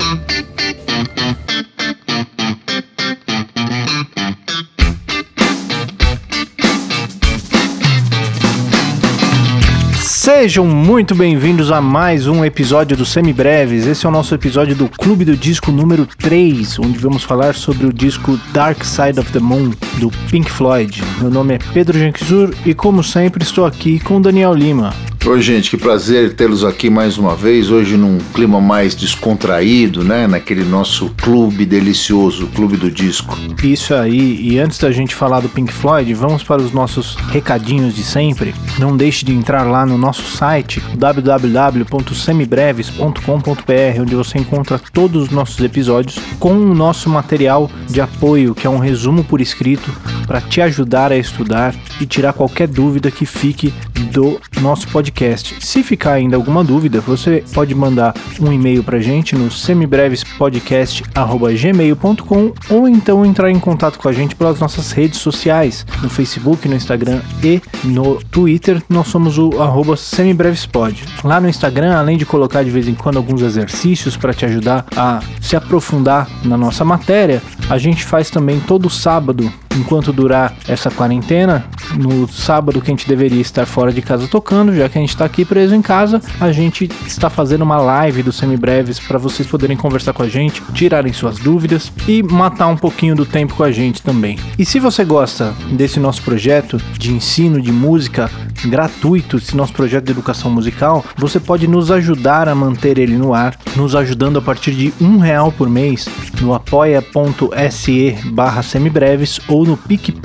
Sejam muito bem-vindos a mais um episódio do Semibreves. Esse é o nosso episódio do Clube do Disco número 3, onde vamos falar sobre o disco Dark Side of the Moon, do Pink Floyd. Meu nome é Pedro Janquizur e, como sempre, estou aqui com o Daniel Lima. Oi, gente, que prazer tê-los aqui mais uma vez, hoje num clima mais descontraído, né, naquele nosso clube delicioso, Clube do Disco. Isso aí, e antes da gente falar do Pink Floyd, vamos para os nossos recadinhos de sempre. Não deixe de entrar lá no nosso site, www.semibreves.com.br, onde você encontra todos os nossos episódios com o nosso material de apoio, que é um resumo por escrito para te ajudar a estudar e tirar qualquer dúvida que fique do nosso podcast. Se ficar ainda alguma dúvida, você pode mandar um e-mail pra gente no semibrevespodcast@gmail.com ou então entrar em contato com a gente pelas nossas redes sociais, no Facebook, no Instagram e no Twitter. Nós somos o @semibrevespod. Lá no Instagram, além de colocar de vez em quando alguns exercícios para te ajudar a se aprofundar na nossa matéria, a gente faz também todo sábado, enquanto durar essa quarentena, no sábado que a gente deveria estar fora de casa tocando, já que a gente está aqui preso em casa, a gente está fazendo uma live do Semibreves para vocês poderem conversar com a gente, tirarem suas dúvidas e matar um pouquinho do tempo com a gente também. E se você gosta desse nosso projeto de ensino de música gratuito, esse nosso projeto de educação musical, você pode nos ajudar a manter ele no ar, nos ajudando a partir de R$1 por mês no apoia.se/semibreves ou no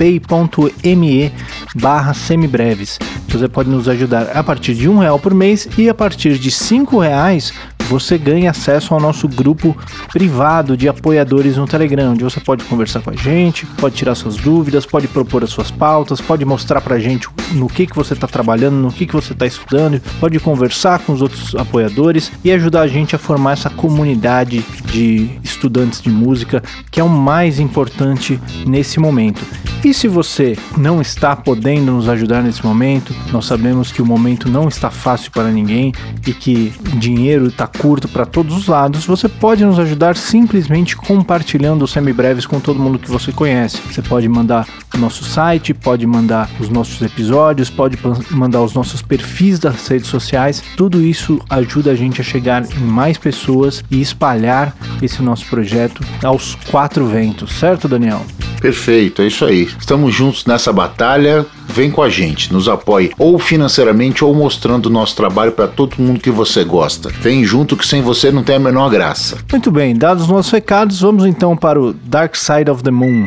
picpay.me/semibreves. Você pode nos ajudar a partir de R$1 por mês e a partir de R$5 você ganha acesso ao nosso grupo privado de apoiadores no Telegram, onde você pode conversar com a gente, pode tirar suas dúvidas, pode propor as suas pautas, pode mostrar pra gente no que você está trabalhando, no que você está estudando, pode conversar com os outros apoiadores e ajudar a gente a formar essa comunidade de estudantes de música, que é o mais importante nesse momento. E se você não está podendo nos ajudar nesse momento, nós sabemos que o momento não está fácil para ninguém e que o dinheiro está curto para todos os lados, você pode nos ajudar simplesmente compartilhando os Semibreves com todo mundo que você conhece. Você pode mandar o nosso site, pode mandar os nossos episódios, pode mandar os nossos perfis das redes sociais. Tudo isso ajuda a gente a chegar em mais pessoas e espalhar esse nosso projeto aos 4 ventos, certo, Daniel? Perfeito, é isso aí. Estamos juntos nessa batalha, vem com a gente, nos apoie ou financeiramente ou mostrando o nosso trabalho para todo mundo que você gosta. Vem junto que sem você não tem a menor graça. Muito bem, dados os nossos recados, vamos então para o Dark Side of the Moon.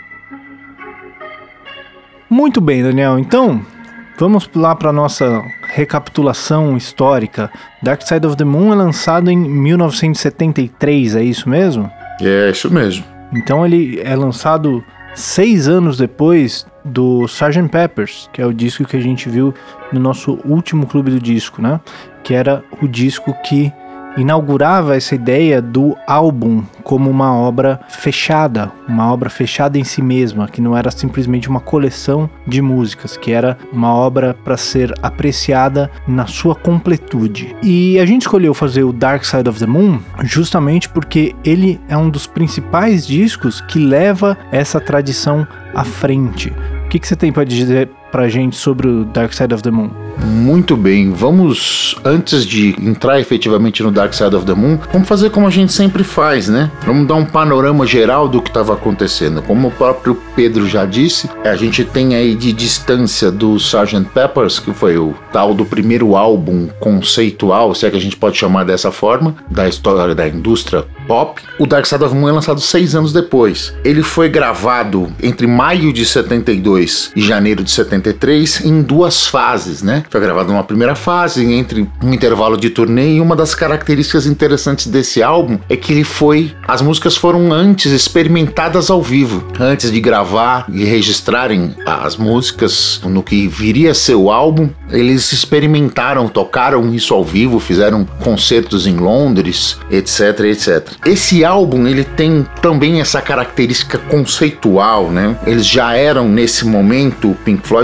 Muito bem, Daniel, então vamos lá para a nossa recapitulação histórica. Dark Side of the Moon é lançado em 1973, é isso mesmo? É isso mesmo. Então ele é lançado 6 anos depois do Sgt. Pepper's, que é o disco que a gente viu no nosso último Clube do Disco, né? Que era o disco que inaugurava essa ideia do álbum como uma obra fechada em si mesma, que não era simplesmente uma coleção de músicas, que era uma obra para ser apreciada na sua completude. E a gente escolheu fazer o Dark Side of the Moon justamente porque ele é um dos principais discos que leva essa tradição à frente. O que você tem para dizer pra gente sobre o Dark Side of the Moon? Muito bem, vamos, antes de entrar efetivamente no Dark Side of the Moon, vamos fazer como a gente sempre faz, né? Vamos dar um panorama geral do que estava acontecendo. Como o próprio Pedro já disse, a gente tem aí de distância do Sgt. Pepper's, que foi o tal do primeiro álbum conceitual, se é que a gente pode chamar dessa forma, da história da indústria pop. O Dark Side of the Moon é lançado 6 anos depois. Ele foi gravado entre maio de 72 e janeiro de 73 em 2 fases, né? Foi gravado numa primeira fase, entre um intervalo de turnê, e uma das características interessantes desse álbum é que as músicas foram antes experimentadas ao vivo, antes de gravar e registrarem as músicas no que viria a ser o álbum. Eles experimentaram, tocaram isso ao vivo, fizeram concertos em Londres, etc, etc. Esse álbum, ele tem também essa característica conceitual, né? Eles já eram, nesse momento, o Pink Floyd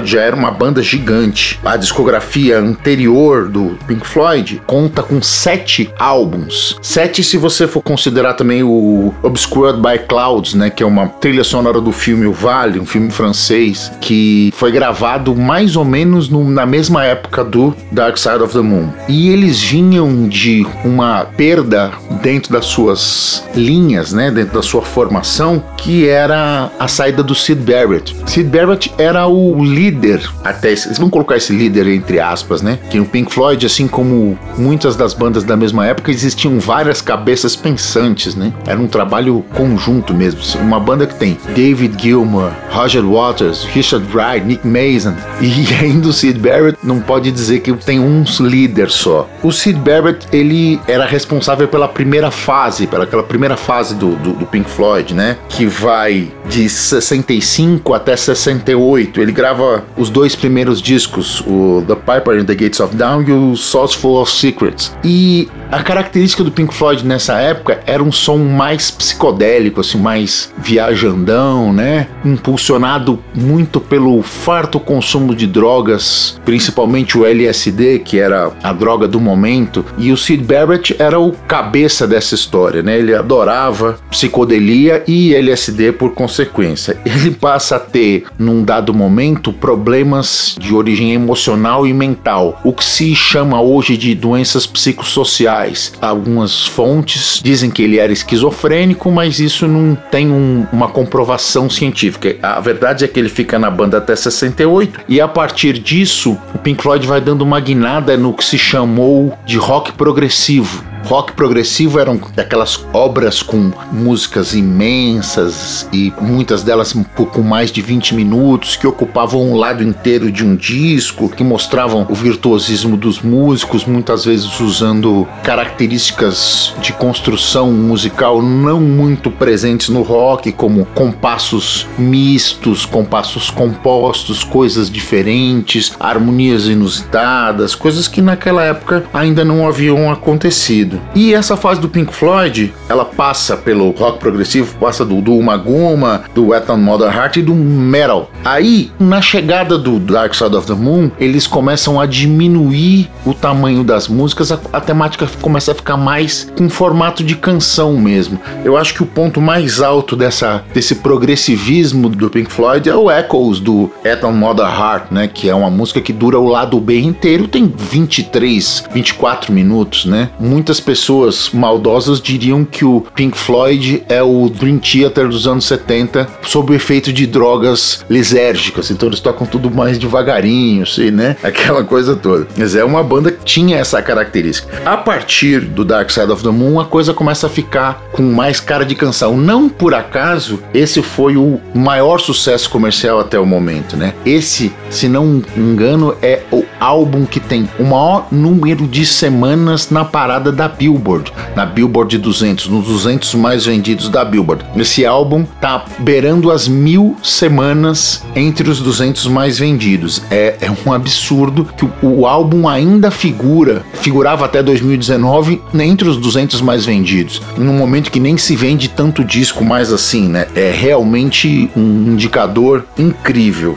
Floyd já era uma banda gigante. A discografia anterior do Pink Floyd conta com 7 álbuns. 7 se você for considerar também o Obscured by Clouds, né, que é uma trilha sonora do filme O Vale, um filme francês, que foi gravado mais ou menos na mesma época do Dark Side of the Moon. E eles vinham de uma perda dentro das suas linhas, né, dentro da sua formação, que era a saída do Syd Barrett. Syd Barrett era o líder, até eles vão colocar esse líder entre aspas, né, que no Pink Floyd, assim como muitas das bandas da mesma época, existiam várias cabeças pensantes, né, era um trabalho conjunto mesmo, uma banda que tem David Gilmour, Roger Waters, Richard Wright, Nick Mason, e ainda o Syd Barrett não pode dizer que tem um líder só. O Syd Barrett, ele era responsável pela primeira fase do Pink Floyd, né, que vai de 65 até 68. Ele grava os 2 primeiros discos, o The Piper and the Gates of Dawn e o Sauce Full of Secrets. E a característica do Pink Floyd nessa época era um som mais psicodélico, assim, mais viajandão, né? Impulsionado muito pelo farto consumo de drogas, principalmente o LSD, que era a droga do momento. E o Syd Barrett era o cabeça dessa história, né? Ele adorava psicodelia e LSD por consequência. Ele passa a ter, num dado momento, problemas de origem emocional e mental, o que se chama hoje de doenças psicossociais. Algumas fontes dizem que ele era esquizofrênico, mas isso não tem uma comprovação científica. A verdade é que ele fica na banda até 68 e a partir disso o Pink Floyd vai dando uma guinada no que se chamou de rock progressivo. Rock progressivo eram aquelas obras com músicas imensas e muitas delas com mais de 20 minutos, que ocupavam um lado inteiro de um disco, que mostravam o virtuosismo dos músicos, muitas vezes usando características de construção musical não muito presentes no rock, como compassos mistos, compassos compostos, coisas diferentes, harmonias inusitadas, coisas que naquela época ainda não haviam acontecido. E essa fase do Pink Floyd, ela passa pelo rock progressivo, passa do Uma Guma, do Wet on Mother Heart e do metal. Aí, na chegada do Dark Side of the Moon, eles começam a diminuir o tamanho das músicas, a temática começa a ficar mais com formato de canção mesmo. Eu acho que o ponto mais alto desse progressivismo do Pink Floyd é o Echoes do Wet on Mother Heart, né, que é uma música que dura o lado B inteiro, tem 23, 24 minutos, né? Muitas pessoas maldosas diriam que o Pink Floyd é o Dream Theater dos anos 70 sob o efeito de drogas lisérgicas, então eles tocam tudo mais devagarinho, assim, né? Aquela coisa toda. Mas é uma banda que tinha essa característica. A partir do Dark Side of the Moon, a coisa começa a ficar com mais cara de canção. Não por acaso, esse foi o maior sucesso comercial até o momento, né? Esse, se não me engano, é o álbum que tem o maior número de semanas na parada da Billboard, na Billboard 200, nos 200 mais vendidos da Billboard. Esse álbum tá beirando as 1000 semanas entre os 200 mais vendidos. É um absurdo que o álbum ainda figurava até 2019 entre os 200 mais vendidos, num momento que nem se vende tanto disco mais assim, né? É realmente um indicador incrível.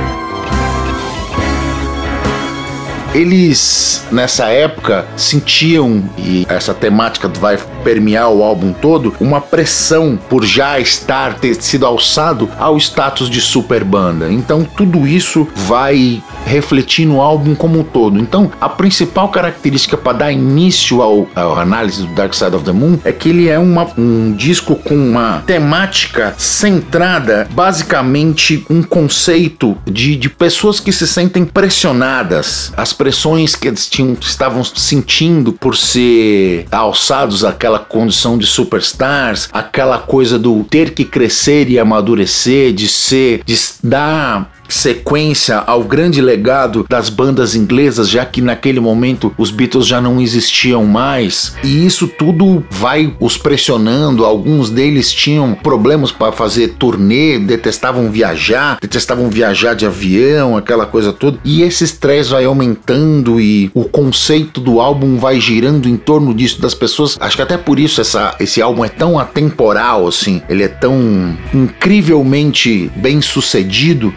Eles, nessa época, sentiam, e essa temática vai permear o álbum todo, uma pressão por já ter sido alçado ao status de super banda. Então tudo isso vai refletir no álbum como um todo. Então a principal característica para dar início à análise do Dark Side of the Moon é que ele é um disco com uma temática centrada, basicamente um conceito de pessoas que se sentem pressionadas, as pressões que eles estavam sentindo por ser alçados àquela condição de superstars, aquela coisa do ter que crescer e amadurecer, de dar sequência ao grande legado das bandas inglesas, já que naquele momento os Beatles já não existiam mais, e isso tudo vai os pressionando. Alguns deles tinham problemas para fazer turnê, detestavam viajar de avião, aquela coisa toda, e esse estresse vai aumentando e o conceito do álbum vai girando em torno disso, das pessoas. Acho que até por isso esse álbum é tão atemporal, assim, ele é tão incrivelmente bem sucedido, porque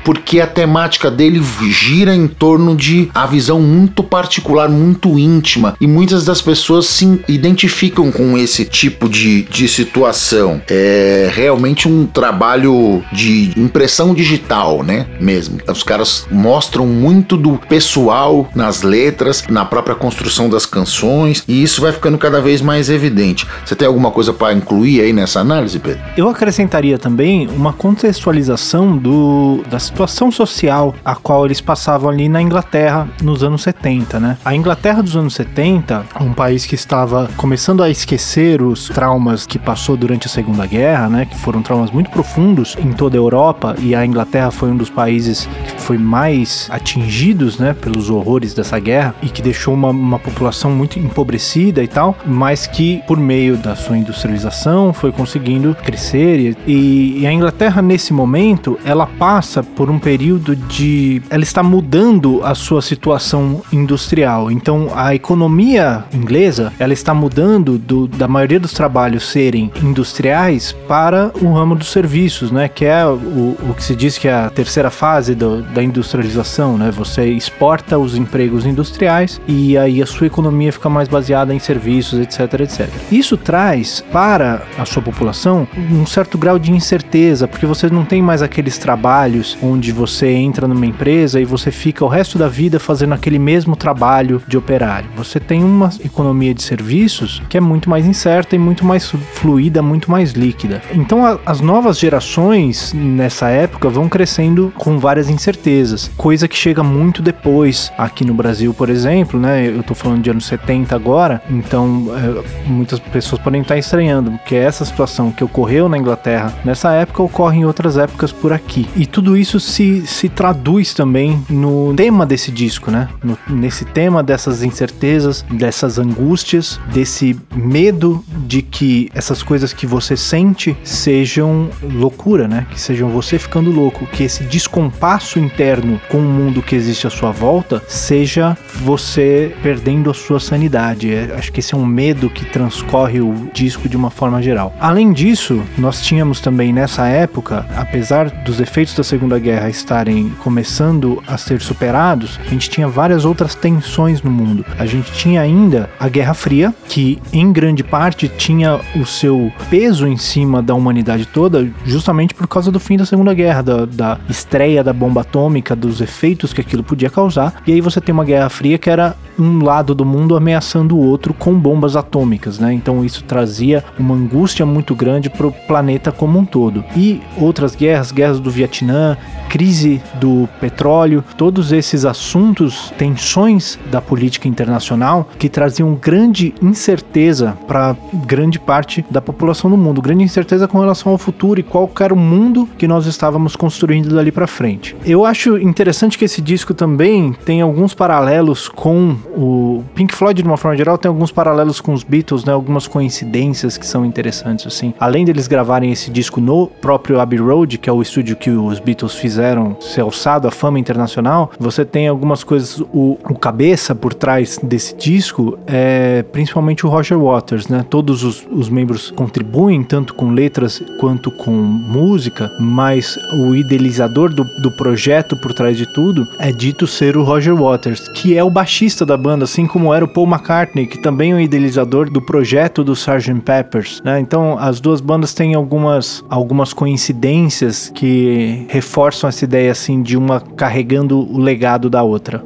a temática dele gira em torno de a visão muito particular, muito íntima, e muitas das pessoas se identificam com esse tipo de situação. É realmente um trabalho de impressão digital, né, mesmo. Os caras mostram muito do pessoal nas letras, na própria construção das canções, e isso vai ficando cada vez mais evidente. Você tem alguma coisa para incluir aí nessa análise, Pedro? Eu acrescentaria também uma contextualização da situação social a qual eles passavam ali na Inglaterra nos anos 70, né? A Inglaterra dos anos 70, um país que estava começando a esquecer os traumas que passou durante a Segunda Guerra, né? Que foram traumas muito profundos em toda a Europa, e a Inglaterra foi um dos países que foi mais atingidos, né, pelos horrores dessa guerra, e que deixou uma população muito empobrecida e tal, mas que por meio da sua industrialização foi conseguindo crescer, e a Inglaterra nesse momento, ela passa por um período ela está mudando a sua situação industrial. Então a economia inglesa, ela está mudando da maioria dos trabalhos serem industriais para o ramo dos serviços, né, que é o que se diz que é a terceira fase da industrialização, né? Você exporta os empregos industriais e aí a sua economia fica mais baseada em serviços, etc, etc. Isso traz para a sua população um certo grau de incerteza, porque você não tem mais aqueles trabalhos onde você entra numa empresa e você fica o resto da vida fazendo aquele mesmo trabalho de operário. Você tem uma economia de serviços que é muito mais incerta e muito mais fluida, muito mais líquida. Então as novas gerações nessa época vão crescendo com várias incertezas, coisa que chega muito depois aqui no Brasil, por exemplo, né? Eu tô falando de anos 70 agora, então muitas pessoas podem estar estranhando, porque essa situação que ocorreu na Inglaterra nessa época ocorre em outras épocas por aqui. E tudo isso se traduz também no tema desse disco, né? Nesse tema dessas incertezas, dessas angústias, desse medo de que essas coisas que você sente sejam loucura, né? Que sejam você ficando louco, que esse descompasso interno com o mundo que existe à sua volta seja você perdendo a sua sanidade. Acho que esse é um medo que transcorre o disco de uma forma geral. Além disso, nós tínhamos também nessa época, apesar dos efeitos da Segunda Guerra estarem começando a ser superados, a gente tinha várias outras tensões no mundo. A gente tinha ainda a Guerra Fria, que em grande parte tinha o seu peso em cima da humanidade toda, justamente por causa do fim da Segunda Guerra, da estreia da bomba atômica, dos efeitos que aquilo podia causar. E aí você tem uma Guerra Fria que era um lado do mundo ameaçando o outro com bombas atômicas, né? Então isso trazia uma angústia muito grande para o planeta como um todo. E outras guerras do Vietnã, crise do petróleo, todos esses assuntos, tensões da política internacional que traziam grande incerteza para grande parte da população do mundo, grande incerteza com relação ao futuro e qual era o mundo que nós estávamos construindo dali para frente. Eu acho interessante que esse disco também tem alguns paralelos com o Pink Floyd, de uma forma geral, tem alguns paralelos com os Beatles, né? Algumas coincidências que são interessantes, assim. Além deles gravarem esse disco no próprio Abbey Road, que é o estúdio que os Beatles fizeram ser alçado à fama internacional, você tem algumas coisas, o cabeça por trás desse disco é principalmente o Roger Waters, né? Todos os membros contribuem, tanto com letras quanto com música, mas o idealizador do projeto por trás de tudo é dito ser o Roger Waters, que é o baixista da banda, assim como era o Paul McCartney, que também é o idealizador do projeto do Sgt. Pepper's, né? Então as duas bandas têm algumas coincidências que reforçam essa ideia assim de uma carregando o legado da outra.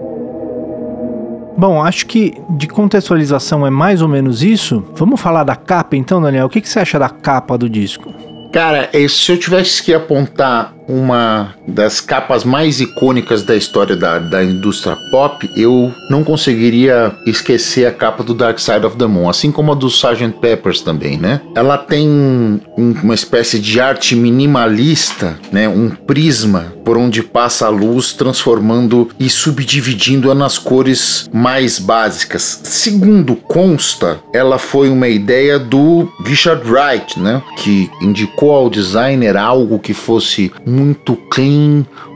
Bom, acho que de contextualização é mais ou menos isso. Vamos falar da capa então, Daniel? O que você acha da capa do disco? Cara, se eu tivesse que apontar uma das capas mais icônicas da história da indústria pop, eu não conseguiria esquecer a capa do Dark Side of the Moon, assim como a do Sgt. Pepper's também, né? Ela tem uma espécie de arte minimalista, né? Um prisma por onde passa a luz, transformando e subdividindo-a nas cores mais básicas. Segundo consta, ela foi uma ideia do Richard Wright, né? Que indicou ao designer algo que fosse muito clean,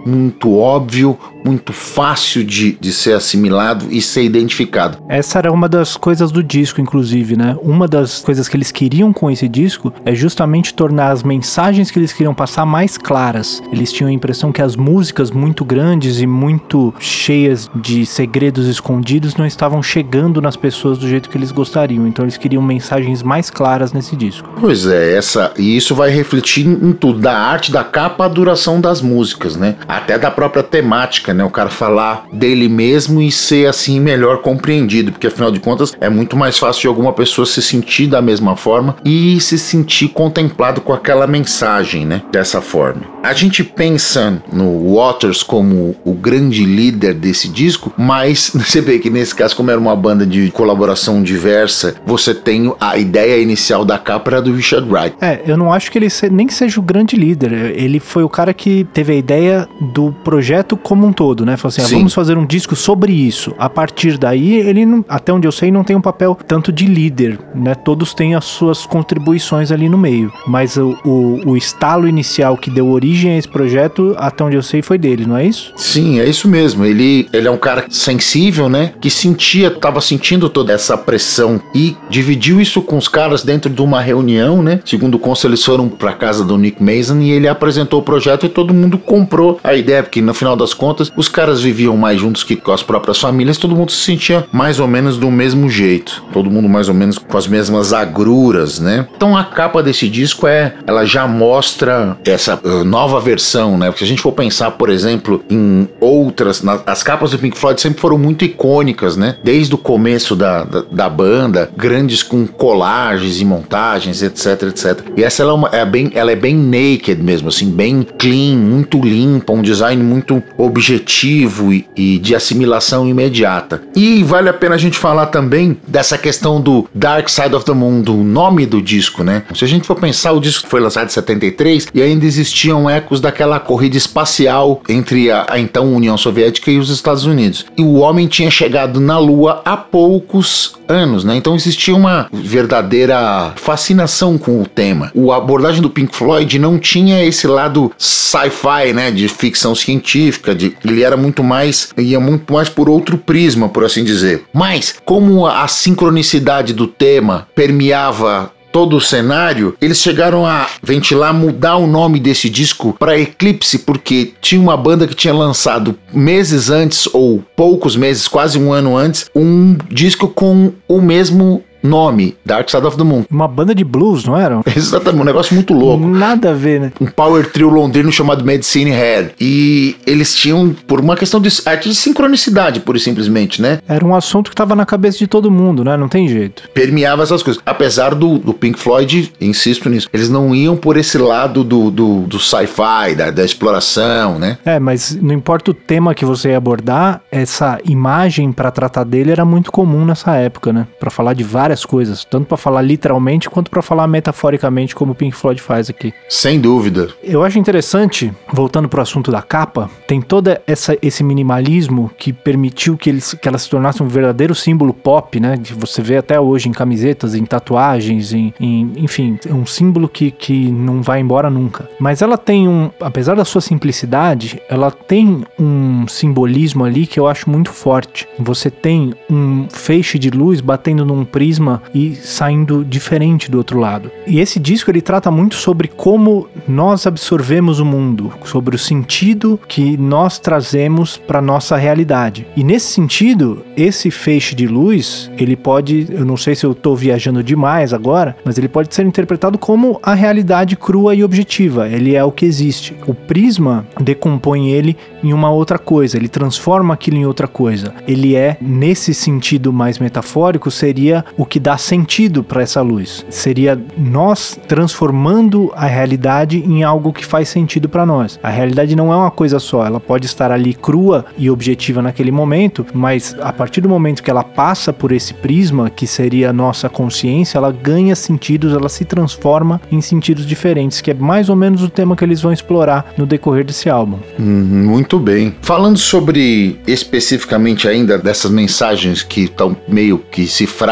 muito óbvio, muito fácil de ser assimilado e ser identificado. Essa era uma das coisas do disco, inclusive, né? Uma das coisas que eles queriam com esse disco é justamente tornar as mensagens que eles queriam passar mais claras. Eles tinham a impressão que as músicas muito grandes e muito cheias de segredos escondidos não estavam chegando nas pessoas do jeito que eles gostariam. Então eles queriam mensagens mais claras nesse disco. Pois é, e isso vai refletir em tudo, da arte da capa à duração das músicas, né? Até da própria temática, né? O cara falar dele mesmo e ser assim melhor compreendido, porque afinal de contas é muito mais fácil de alguma pessoa se sentir da mesma forma e se sentir contemplado com aquela mensagem, né? Dessa forma. A gente pensa no Waters como o grande líder desse disco, mas você vê que nesse caso, como era uma banda de colaboração diversa, você tem a ideia inicial da capa era do Richard Wright. Eu não acho que ele nem seja o grande líder. Ele foi o cara que teve a ideia do projeto como um todo, né? Falou assim, vamos fazer um disco sobre isso. A partir daí, ele, até onde eu sei, não tem um papel tanto de líder, né? Todos têm as suas contribuições ali no meio. Mas o estalo inicial que deu origem a esse projeto, até onde eu sei, foi dele, não é isso? Sim, é isso mesmo. Ele é um cara sensível, né? Que estava sentindo toda essa pressão e dividiu isso com os caras dentro de uma reunião, né? Segundo o consta, eles foram pra casa do Nick Mason e ele apresentou o projeto e todo mundo comprou a ideia, porque no final das contas, os caras viviam mais juntos que com as próprias famílias, todo mundo se sentia mais ou menos do mesmo jeito. Todo mundo mais ou menos com as mesmas agruras, né? Então a capa desse disco ela já mostra essa nova versão, né? Porque se a gente for pensar, por exemplo, em outras, as capas do Pink Floyd sempre foram muito icônicas, né? Desde o começo da banda, grandes com colagens e montagens, etc, etc. E essa ela é bem naked mesmo, assim, bem clean, muito limpa, um design muito objetivo e de assimilação imediata. E vale a pena a gente falar também dessa questão do Dark Side of the Moon, do nome do disco, né? Se a gente for pensar, o disco foi lançado em 73 e ainda existiam ecos daquela corrida espacial entre a então União Soviética e os Estados Unidos. E o homem tinha chegado na Lua há poucos anos, né? Então existia uma verdadeira fascinação com o tema. A abordagem do Pink Floyd não tinha esse lado sci-fi, né? De ficção científica, ele ia muito mais por outro prisma, por assim dizer. Mas, como a sincronicidade do tema permeava todo o cenário, eles chegaram a ventilar, mudar o nome desse disco para Eclipse, porque tinha uma banda que tinha lançado meses antes, ou poucos meses, quase um ano antes, um disco com o mesmo nome, Dark Side of the Moon. Uma banda de blues, não era? Exatamente, um negócio muito louco. Nada a ver, né? Um power trio londrino chamado Medicine Head. E eles tinham, por uma questão de sincronicidade, pura e simplesmente, né? Era um assunto que tava na cabeça de todo mundo, né? Não tem jeito. Permeava essas coisas. Apesar do Pink Floyd, insisto nisso, eles não iam por esse lado do sci-fi, da exploração, né? Mas não importa o tema que você ia abordar, essa imagem pra tratar dele era muito comum nessa época, né? Pra falar de várias coisas, tanto para falar literalmente quanto para falar metaforicamente, como o Pink Floyd faz aqui. Sem dúvida. Eu acho interessante, voltando pro assunto da capa, tem todo esse minimalismo que permitiu que ela se tornasse um verdadeiro símbolo pop, né? Que você vê até hoje em camisetas, em tatuagens, enfim, é um símbolo que não vai embora nunca. Mas ela tem apesar da sua simplicidade, ela tem um simbolismo ali que eu acho muito forte. Você tem um feixe de luz batendo num prisma e saindo diferente do outro lado. E esse disco ele trata muito sobre como nós absorvemos o mundo, sobre o sentido que nós trazemos para nossa realidade. E nesse sentido, esse feixe de luz, ele pode, eu não sei se eu estou viajando demais agora, mas ele pode ser interpretado como a realidade crua e objetiva. Ele é o que existe. O prisma decompõe ele em uma outra coisa, ele transforma aquilo em outra coisa. Ele é, nesse sentido mais metafórico, seria o que dá sentido para essa luz. Seria nós transformando a realidade em algo que faz sentido para nós. A realidade não é uma coisa só, ela pode estar ali crua e objetiva naquele momento, mas a partir do momento que ela passa por esse prisma, que seria a nossa consciência, ela ganha sentidos, ela se transforma em sentidos diferentes, que é mais ou menos o tema que eles vão explorar no decorrer desse álbum. Muito bem. Falando sobre especificamente ainda dessas mensagens que estão meio que cifradas na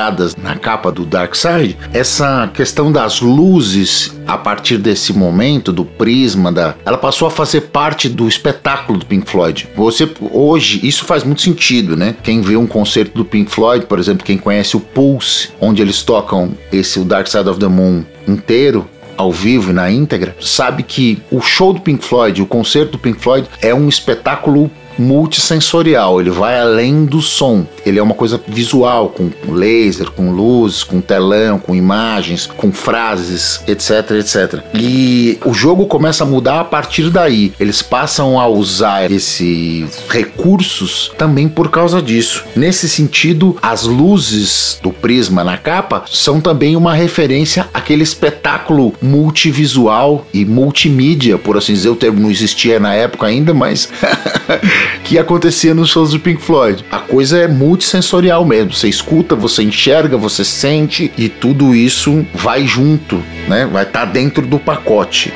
na capa do Dark Side, essa questão das luzes, a partir desse momento, do prisma, ela passou a fazer parte do espetáculo do Pink Floyd. Hoje, isso faz muito sentido, né? Quem vê um concerto do Pink Floyd, por exemplo, quem conhece o Pulse, onde eles tocam o Dark Side of the Moon inteiro, ao vivo e na íntegra, sabe que o show do Pink Floyd, o concerto do Pink Floyd é um espetáculo multissensorial, ele vai além do som, ele é uma coisa visual, com laser, com luzes, com telão, com imagens, com frases, etc, etc. E o jogo começa a mudar a partir daí, eles passam a usar esses recursos também por causa disso. Nesse sentido, as luzes do prisma na capa são também uma referência àquele espetáculo multivisual e multimídia, por assim dizer, o termo não existia na época ainda, mas que acontecia nos shows do Pink Floyd. A coisa é multissensorial mesmo, você escuta, você enxerga, você sente e tudo isso vai junto, né? Vai estar dentro do pacote.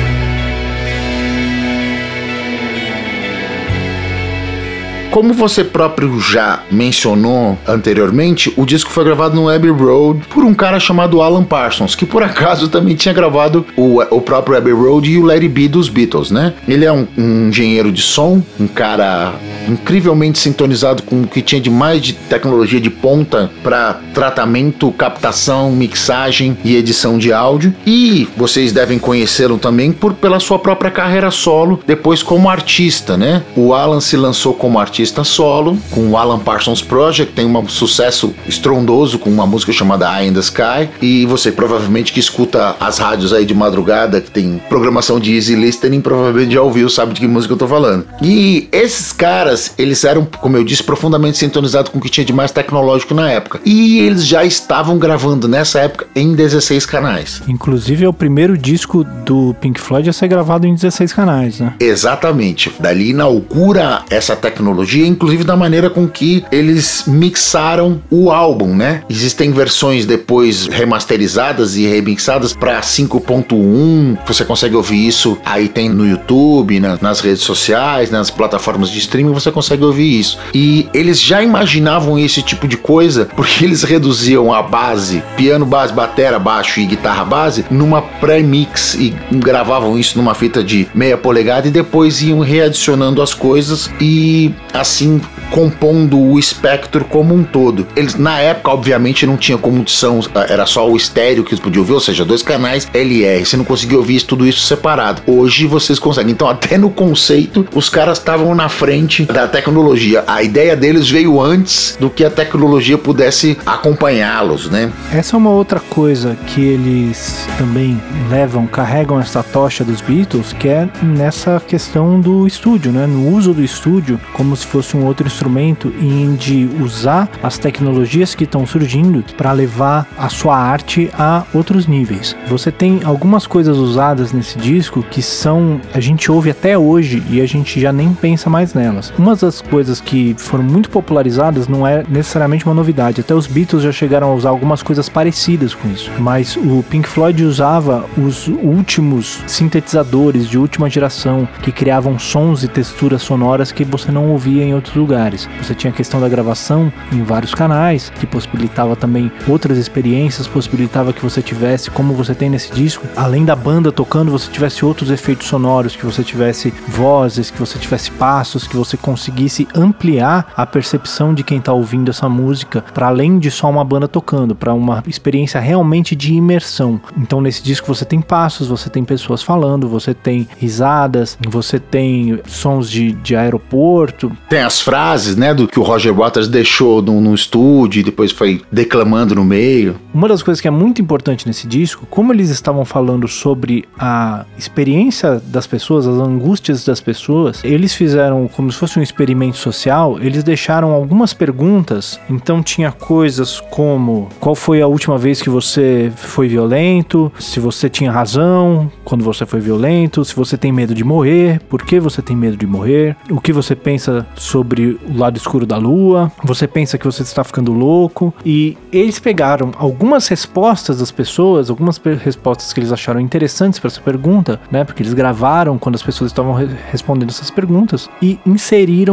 Como você próprio já mencionou anteriormente, o disco foi gravado no Abbey Road por um cara chamado Alan Parsons, que por acaso também tinha gravado o próprio Abbey Road e o Let It Be dos Beatles, né? Ele é um engenheiro de som, um cara incrivelmente sintonizado com o que tinha de mais de tecnologia de ponta para tratamento, captação, mixagem e edição de áudio. E vocês devem conhecê-lo também pela sua própria carreira solo, depois como artista, né? O Alan se lançou como artista solo, com o Alan Parsons Project, tem um sucesso estrondoso com uma música chamada Eye in the Sky, e você provavelmente que escuta as rádios aí de madrugada, que tem programação de easy listening, provavelmente já ouviu, sabe de que música eu tô falando. E esses caras, eles eram, como eu disse, profundamente sintonizados com o que tinha de mais tecnológico na época, e eles já estavam gravando nessa época em 16 canais. Inclusive é o primeiro disco do Pink Floyd a ser gravado em 16 canais, né? Exatamente, dali inaugura essa tecnologia, inclusive da maneira com que eles mixaram o álbum, né? Existem versões depois remasterizadas e remixadas para 5.1, você consegue ouvir isso, aí tem no YouTube, nas redes sociais, nas plataformas de streaming, você consegue ouvir isso. E eles já imaginavam esse tipo de coisa, porque eles reduziam a base, piano, base, batera, baixo e guitarra base, numa pré-mix e gravavam isso numa fita de meia polegada e depois iam readicionando as coisas e assim compondo o espectro como um todo. Eles na época obviamente não tinha como edição, era só o estéreo que eles podiam ouvir, ou seja, 2 canais LR, você não conseguia ouvir tudo isso separado. Hoje vocês conseguem, então até no conceito os caras estavam na frente da tecnologia, a ideia deles veio antes do que a tecnologia pudesse acompanhá-los, né? Essa é uma outra coisa que eles também carregam essa tocha dos Beatles, que é nessa questão do estúdio, né? No uso do estúdio como se fosse um outro instrumento e de usar as tecnologias que estão surgindo para levar a sua arte a outros níveis. Você tem algumas coisas usadas nesse disco que a gente ouve até hoje e a gente já nem pensa mais nelas. Uma das coisas que foram muito popularizadas não é necessariamente uma novidade, até os Beatles já chegaram a usar algumas coisas parecidas com isso, mas o Pink Floyd usava os últimos sintetizadores de última geração que criavam sons e texturas sonoras que você não ouvia em outros lugares. Você tinha a questão da gravação em vários canais, que possibilitava também outras experiências, possibilitava que você tivesse, como você tem nesse disco, além da banda tocando, você tivesse outros efeitos sonoros, que você tivesse vozes, que você tivesse passos, que você conseguisse ampliar a percepção de quem está ouvindo essa música, para além de só uma banda tocando, para uma experiência realmente de imersão. Então nesse disco você tem passos, você tem pessoas falando, você tem risadas, você tem sons de aeroporto. Tem as frases, né, do que o Roger Waters deixou no estúdio e depois foi declamando no meio. Uma das coisas que é muito importante nesse disco, como eles estavam falando sobre a experiência das pessoas, as angústias das pessoas, eles fizeram como se fosse um experimento social, eles deixaram algumas perguntas, então tinha coisas como: qual foi a última vez que você foi violento? Se você tinha razão quando você foi violento? Se você tem medo de morrer? Por que você tem medo de morrer? O que você pensa sobre o lado escuro da lua? Você pensa que você está ficando louco? E eles pegaram algumas respostas das pessoas, algumas respostas que eles acharam interessantes para essa pergunta, né? Porque eles gravaram quando as pessoas estavam respondendo essas perguntas e inseriram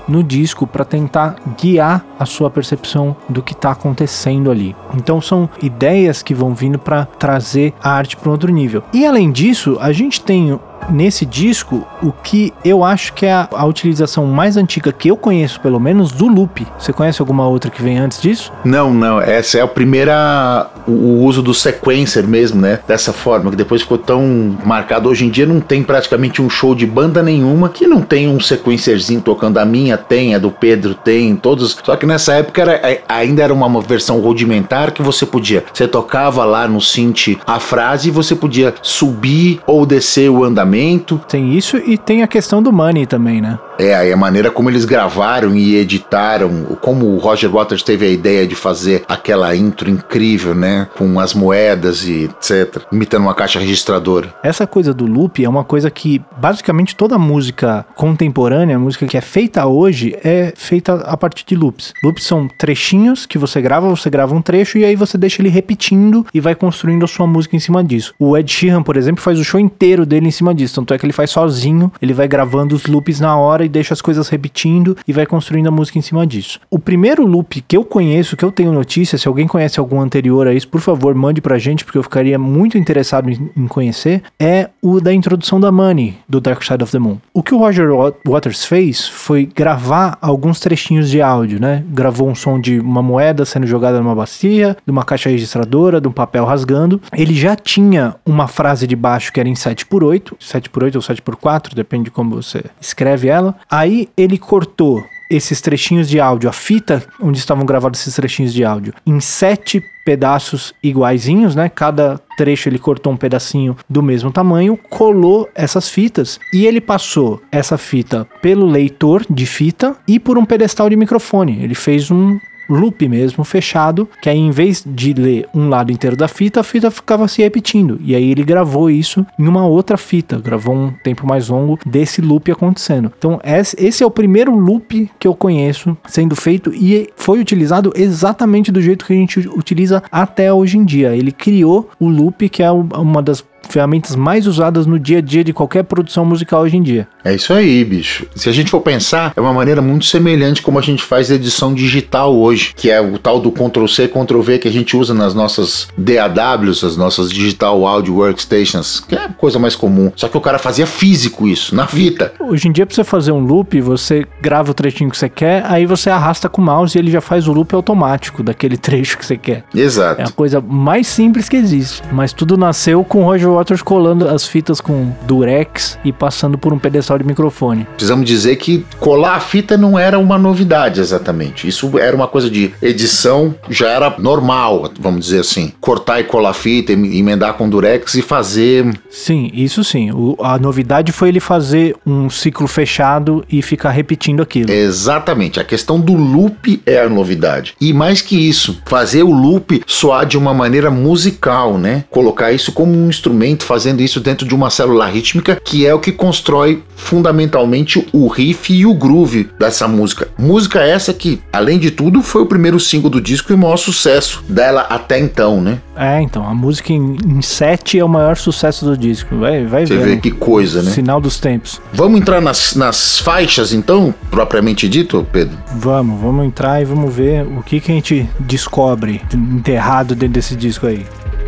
no disco para tentar guiar a sua percepção do que está acontecendo ali. Então são ideias que vão vindo para trazer a arte para um outro nível. E além disso, a gente tem nesse disco o que eu acho que é a utilização mais antiga que eu conheço, pelo menos, do loop. Você conhece alguma outra que vem antes disso? Não, essa é a primeira, o uso do sequencer mesmo, né, dessa forma, que depois ficou tão marcado. Hoje em dia não tem praticamente um show de banda nenhuma que não tem um sequencerzinho tocando. A minha tem, a do Pedro tem, todos, só que nessa época ainda era uma versão rudimentar que você tocava lá no synth a frase e você podia subir ou descer o andamento. Tem isso e tem a questão do money também, né? Aí a maneira como eles gravaram e editaram, como o Roger Waters teve a ideia de fazer aquela intro incrível, né? Com as moedas e etc. Imitando uma caixa registradora. Essa coisa do loop é uma coisa que basicamente toda música contemporânea, a música que é feita hoje, é feita a partir de loops. Loops são trechinhos que você grava um trecho e aí você deixa ele repetindo e vai construindo a sua música em cima disso. O Ed Sheeran, por exemplo, faz o show inteiro dele em cima disso. Tanto é que ele faz sozinho, ele vai gravando os loops na hora e deixa as coisas repetindo e vai construindo a música em cima disso. O primeiro loop que eu conheço, que eu tenho notícia, se alguém conhece algum anterior a isso, por favor, mande pra gente, porque eu ficaria muito interessado em conhecer, é o da introdução da Money, do Dark Side of the Moon. O que o Roger Waters fez foi gravar alguns trechinhos de áudio, né? Gravou um som de uma moeda sendo jogada numa bacia, de uma caixa registradora, de um papel rasgando. Ele já tinha uma frase de baixo que era em 7/8 ou 7/4, depende de como você escreve ela. Aí ele cortou esses trechinhos de áudio, a fita onde estavam gravados esses trechinhos de áudio, em 7 pedaços iguaizinhos, né? Cada trecho ele cortou um pedacinho do mesmo tamanho, colou essas fitas e ele passou essa fita pelo leitor de fita e por um pedestal de microfone. Ele fez um loop mesmo, fechado, que aí em vez de ler um lado inteiro da fita, a fita ficava se repetindo, e aí ele gravou isso em uma outra fita, gravou um tempo mais longo desse loop acontecendo. Então esse é o primeiro loop que eu conheço sendo feito e foi utilizado exatamente do jeito que a gente utiliza até hoje em dia. Ele criou o loop, que é uma das ferramentas mais usadas no dia a dia de qualquer produção musical hoje em dia. É isso aí, bicho. Se a gente for pensar, é uma maneira muito semelhante como a gente faz edição digital hoje, que é o tal do Ctrl+C, Ctrl+V que a gente usa nas nossas DAWs, as nossas Digital Audio Workstations, que é a coisa mais comum. Só que o cara fazia físico isso, na fita. Hoje em dia, pra você fazer um loop, você grava o trechinho que você quer, aí você arrasta com o mouse e ele já faz o loop automático daquele trecho que você quer. Exato. É a coisa mais simples que existe. Mas tudo nasceu com o Roger Waters colando as fitas com durex e passando por um pedestal de microfone. Precisamos dizer que colar a fita não era uma novidade exatamente. Isso era uma coisa de edição, já era normal, vamos dizer assim. Cortar e colar a fita, emendar com durex e fazer... Sim, isso sim. A novidade foi ele fazer um ciclo fechado e ficar repetindo aquilo. Exatamente. A questão do loop é a novidade. E mais que isso, fazer o loop soar de uma maneira musical, né? Colocar isso como um instrumento, fazendo isso dentro de uma célula rítmica, que é o que constrói fundamentalmente o riff e o groove dessa música. Música essa que, além de tudo, foi o primeiro single do disco e o maior sucesso dela até então, né? Então, a música em 7 é o maior sucesso do disco. Vai Você vê que coisa, né? Sinal dos tempos. Vamos entrar nas faixas, então, propriamente dito, Pedro? Vamos entrar e vamos ver o que a gente descobre enterrado dentro desse disco aí.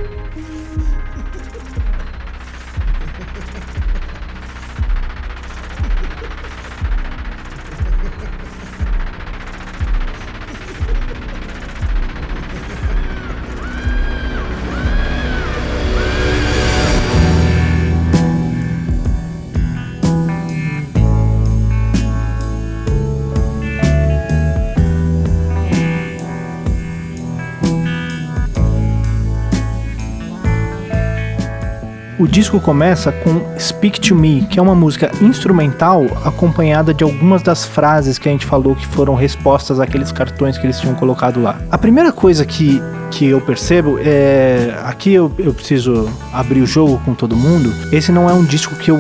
O disco começa com Speak to Me, que é uma música instrumental acompanhada de algumas das frases que a gente falou que foram respostas àqueles cartões que eles tinham colocado lá. A primeira coisa que eu percebo é... Aqui eu preciso abrir o jogo com todo mundo. Esse não é um disco que eu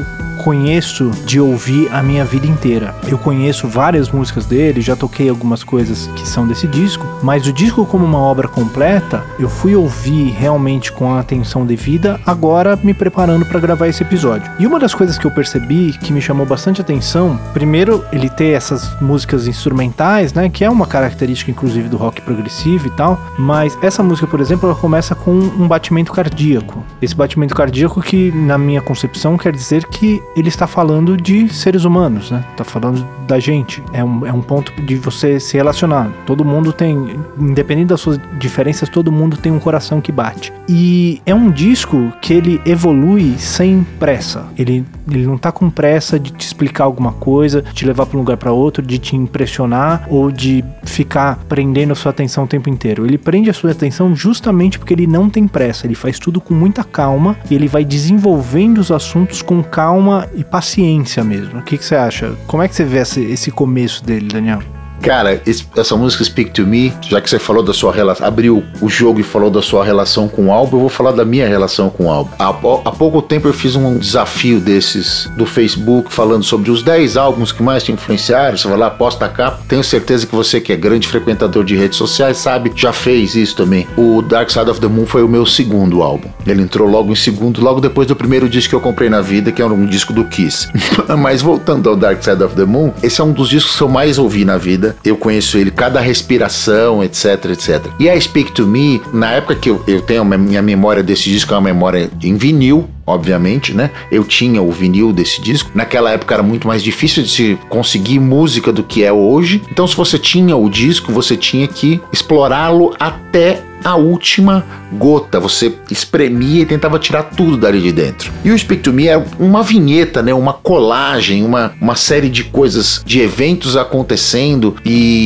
conheço de ouvir a minha vida inteira. Eu conheço várias músicas dele, já toquei algumas coisas que são desse disco, mas o disco como uma obra completa, eu fui ouvir realmente com a atenção devida, agora me preparando para gravar esse episódio. E uma das coisas que eu percebi que me chamou bastante atenção, primeiro, ele ter essas músicas instrumentais, né, que é uma característica inclusive do rock progressivo e tal, mas essa música, por exemplo, ela começa com um batimento cardíaco. Esse batimento cardíaco que, na minha concepção, quer dizer que ele está falando de seres humanos, né? Está falando da gente. É um ponto de você se relacionar. Todo mundo tem, independente das suas diferenças, todo mundo tem um coração que bate. E é um disco que ele evolui sem pressa. Ele não tá com pressa de te explicar alguma coisa, de te levar para um lugar para outro, de te impressionar ou de ficar prendendo a sua atenção o tempo inteiro. Ele prende a sua atenção justamente porque ele não tem pressa. Ele faz tudo com muita calma e ele vai desenvolvendo os assuntos com calma e paciência mesmo. O que você acha? Como é que você vê esse começo dele, Daniel? Cara, essa música Speak to Me, já que você falou da sua relação, abriu o jogo e falou da sua relação com o álbum, eu vou falar da minha relação com o álbum. Há pouco tempo eu fiz um desafio desses do Facebook, falando sobre os 10 álbuns que mais te influenciaram. Você vai lá, posta a capa. Tenho certeza que você, que é grande frequentador de redes sociais, sabe, já fez isso também. O Dark Side of the Moon foi o meu segundo álbum. Ele entrou logo em segundo, logo depois do primeiro disco que eu comprei na vida, que era um disco do Kiss. Mas voltando ao Dark Side of the Moon, esse é um dos discos que eu mais ouvi na vida. Eu conheço ele, cada respiração, etc, etc. E a Speak to Me, na época que eu tenho a minha memória desse disco, é uma memória em vinil, obviamente, né? Eu tinha o vinil desse disco. Naquela época era muito mais difícil de se conseguir música do que é hoje. Então, se você tinha o disco, você tinha que explorá-lo até a última gota. Você espremia e tentava tirar tudo dali de dentro. E o Speak to Me é uma vinheta, né? Uma colagem, uma série de coisas, de eventos acontecendo,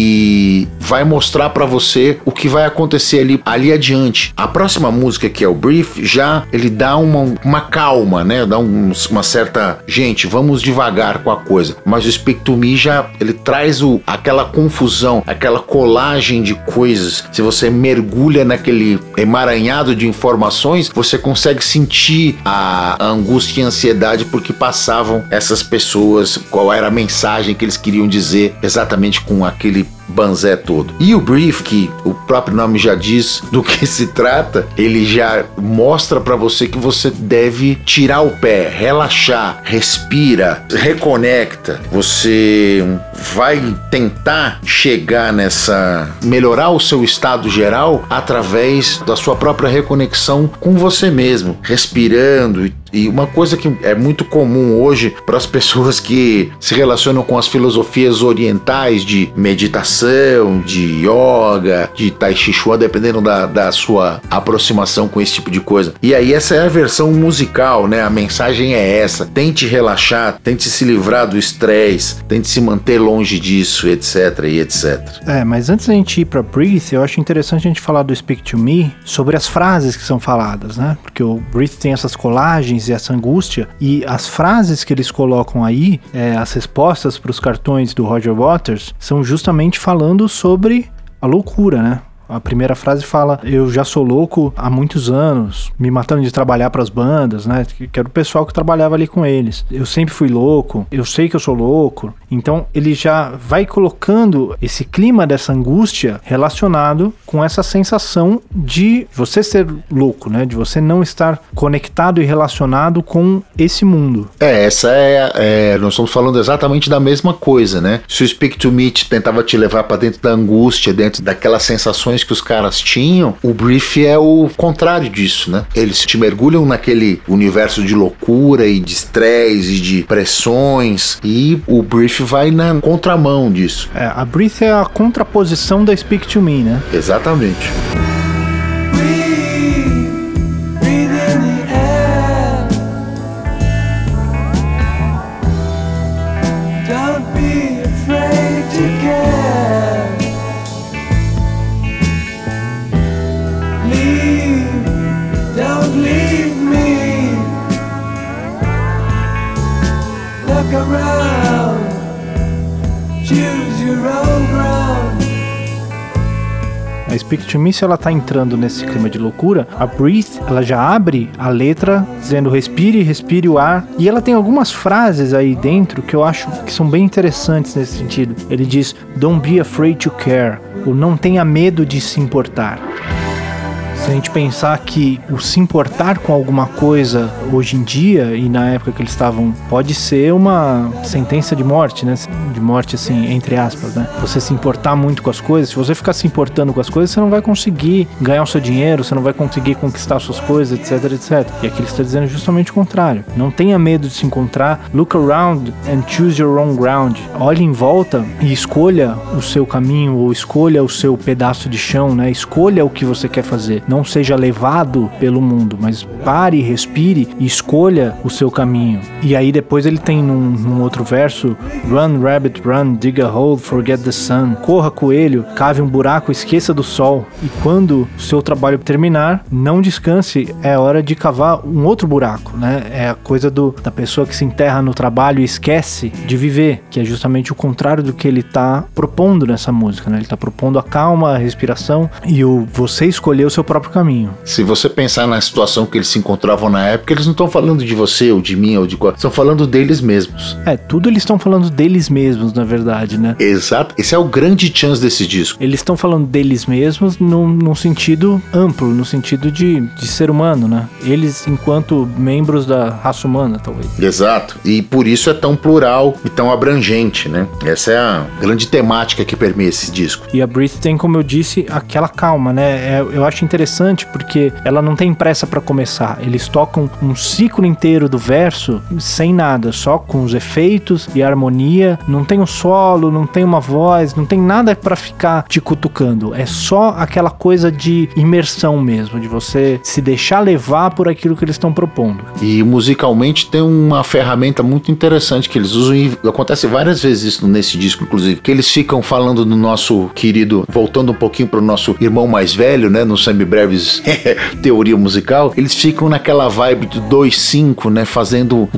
e vai mostrar pra você o que vai acontecer ali adiante. A próxima música, que é o Brief, já ele dá uma calma, né? Dá uma certa... Gente, vamos devagar com a coisa. Mas o Speak to Me já... ele traz aquela confusão, aquela colagem de coisas. Se você mergulha naquele emaranhado de informações, você consegue sentir a angústia e a ansiedade porque passavam essas pessoas, qual era a mensagem que eles queriam dizer exatamente com aquele banzé todo. E o Brief, que o próprio nome já diz do que se trata, ele já mostra pra você que você deve tirar o pé, relaxar, respira, reconecta. Você vai tentar chegar melhorar o seu estado geral através da sua própria reconexão com você mesmo, respirando. E uma coisa que é muito comum hoje para as pessoas que se relacionam com as filosofias orientais de meditação, de yoga, de tai chi chuan, dependendo da sua aproximação com esse tipo de coisa. E aí essa é a versão musical, né? A mensagem é essa. Tente relaxar, tente se livrar do estresse, tente se manter longe disso, etc e etc. Mas antes da gente ir para Breathe, eu acho interessante a gente falar do Speak to Me sobre as frases que são faladas, né? Porque o Breathe tem essas colagens e essa angústia, e as frases que eles colocam aí, as respostas para os cartões do Roger Waters, são justamente falando sobre a loucura, né? A primeira frase fala: eu já sou louco há muitos anos, me matando de trabalhar para as bandas, né? Que era o pessoal que trabalhava ali com eles. Eu sempre fui louco, eu sei que eu sou louco. Então ele já vai colocando esse clima dessa angústia relacionado com essa sensação de você ser louco, né? De você não estar conectado e relacionado com esse mundo. Nós estamos falando exatamente da mesma coisa, né? Se o Speak to Me tentava te levar para dentro da angústia, dentro daquelas sensações que os caras tinham, o Brief é o contrário disso, né? Eles te mergulham naquele universo de loucura e de estresse e de pressões, e o Brief vai na contramão disso. A Brief é a contraposição da Speak to Me, né? Exatamente. A Speak to Me, se ela tá entrando nesse clima de loucura, a Breathe, ela já abre a letra dizendo respire, respire o ar. E ela tem algumas frases aí dentro que eu acho que são bem interessantes nesse sentido. Ele diz, don't be afraid to care, ou não tenha medo de se importar. Se a gente pensar que o se importar com alguma coisa hoje em dia, e na época que eles estavam, pode ser uma sentença de morte, né? De morte, assim, entre aspas, né? Você se importar muito com as coisas, se você ficar se importando com as coisas, você não vai conseguir ganhar o seu dinheiro, você não vai conseguir conquistar suas coisas, etc, etc. E aqui ele está dizendo justamente o contrário. Não tenha medo de se encontrar. Look around and choose your own ground. Olhe em volta e escolha o seu caminho, ou escolha o seu pedaço de chão, né? Escolha o que você quer fazer. Não seja levado pelo mundo, mas pare, respire e escolha o seu caminho. E aí depois ele tem num outro verso, run rabbit run, dig a hole, forget the sun. Corra coelho, cave um buraco, esqueça do sol. E quando o seu trabalho terminar, não descanse, é hora de cavar um outro buraco, né? É a coisa da pessoa que se enterra no trabalho e esquece de viver, que é justamente o contrário do que ele tá propondo nessa música, né? Ele tá propondo a calma, a respiração e você escolher o seu próprio caminho. Se você pensar na situação que eles se encontravam na época, eles não estão falando de você, ou de mim, ou de qual, estão falando deles mesmos. Tudo eles estão falando deles mesmos, na verdade, né? Exato, esse é o grande chance desse disco. Eles estão falando deles mesmos num sentido amplo, no sentido de ser humano, né? Eles enquanto membros da raça humana, talvez. Exato, e por isso é tão plural e tão abrangente, né? Essa é a grande temática que permeia esse disco. E a Breathe tem, como eu disse, aquela calma, né? Eu acho interessante porque ela não tem pressa pra começar. Eles tocam um ciclo inteiro do verso sem nada, só com os efeitos e a harmonia. Não tem um solo, não tem uma voz, não tem nada pra ficar te cutucando. É só aquela coisa de imersão mesmo, de você se deixar levar por aquilo que eles estão propondo. E musicalmente tem uma ferramenta muito interessante que eles usam, e acontece várias vezes isso nesse disco, inclusive, que eles ficam falando do nosso querido, voltando um pouquinho pro nosso irmão mais velho, né, no Semibreves teoria musical, eles ficam naquela vibe do 2-5, né, fazendo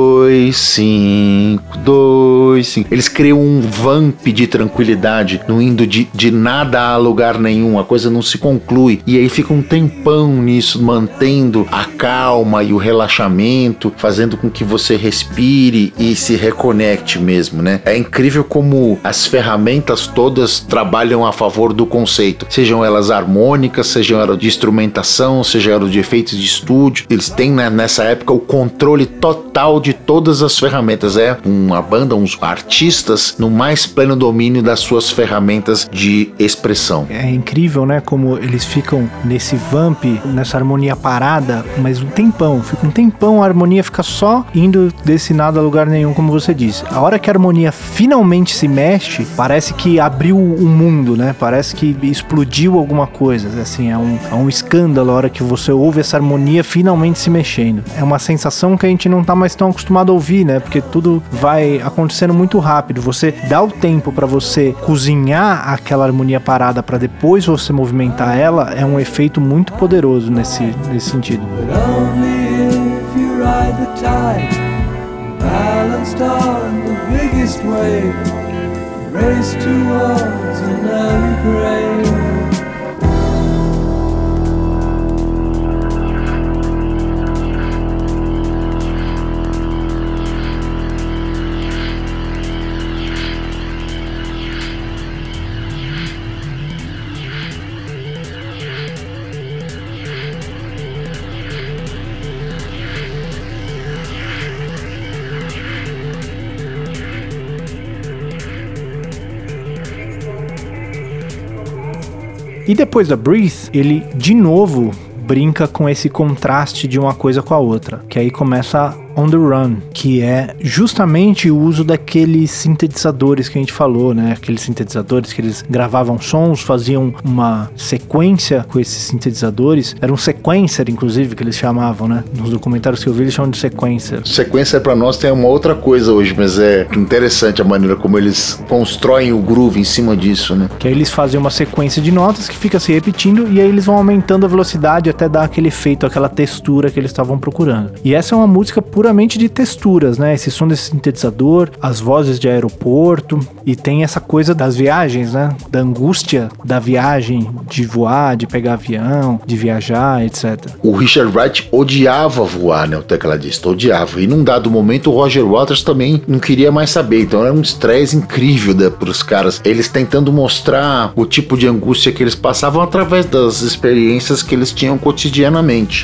2-5, 2-5. Eles criam um vamp de tranquilidade, não indo de nada a lugar nenhum, a coisa não se conclui, e aí fica um tempão nisso, mantendo a calma e o relaxamento, fazendo com que você respire e se reconecte mesmo, né? É incrível como as ferramentas todas trabalham a favor do conceito, sejam elas harmônicas, sejam elas de instrumentação, seja de efeitos de estúdio. Eles têm, né, nessa época, o controle total de todas as ferramentas. É uma banda, uns artistas no mais pleno domínio das suas ferramentas de expressão. É incrível, né, como eles ficam nesse vamp, nessa harmonia parada, mas um tempão, a harmonia fica só indo desse nada a lugar nenhum, como você disse. A hora que a harmonia finalmente se mexe, parece que abriu o mundo, né, parece que explodiu alguma coisa, assim, é um escândalo a hora que você ouve essa harmonia finalmente se mexendo. É uma sensação que a gente não tá mais tão acostumado a ouvir, né? Porque tudo vai acontecendo muito rápido. Você dá o tempo pra você cozinhar aquela harmonia parada pra depois você movimentar ela, é um efeito muito poderoso nesse sentido. E depois da Breathe, ele de novo brinca com esse contraste de uma coisa com a outra, que aí começa On the Run, que é justamente o uso daqueles sintetizadores que a gente falou, né? Aqueles sintetizadores que eles gravavam sons, faziam uma sequência com esses sintetizadores. Era um sequencer, inclusive, que eles chamavam, né? Nos documentários que eu vi, eles chamam de sequencer. Sequencer pra nós tem uma outra coisa hoje, mas é interessante a maneira como eles constroem o groove em cima disso, né? Que aí eles fazem uma sequência de notas que fica se repetindo e aí eles vão aumentando a velocidade até dar aquele efeito, aquela textura que eles estavam procurando. E essa é uma música, por puramente de texturas, né? Esse som desse sintetizador, as vozes de aeroporto, e tem essa coisa das viagens, né? Da angústia da viagem, de voar, de pegar avião, de viajar, etc. O Richard Wright odiava voar, né? O tecladista odiava. E num dado momento o Roger Waters também não queria mais saber. Então era um estresse incrível pros caras. Eles tentando mostrar o tipo de angústia que eles passavam através das experiências que eles tinham cotidianamente.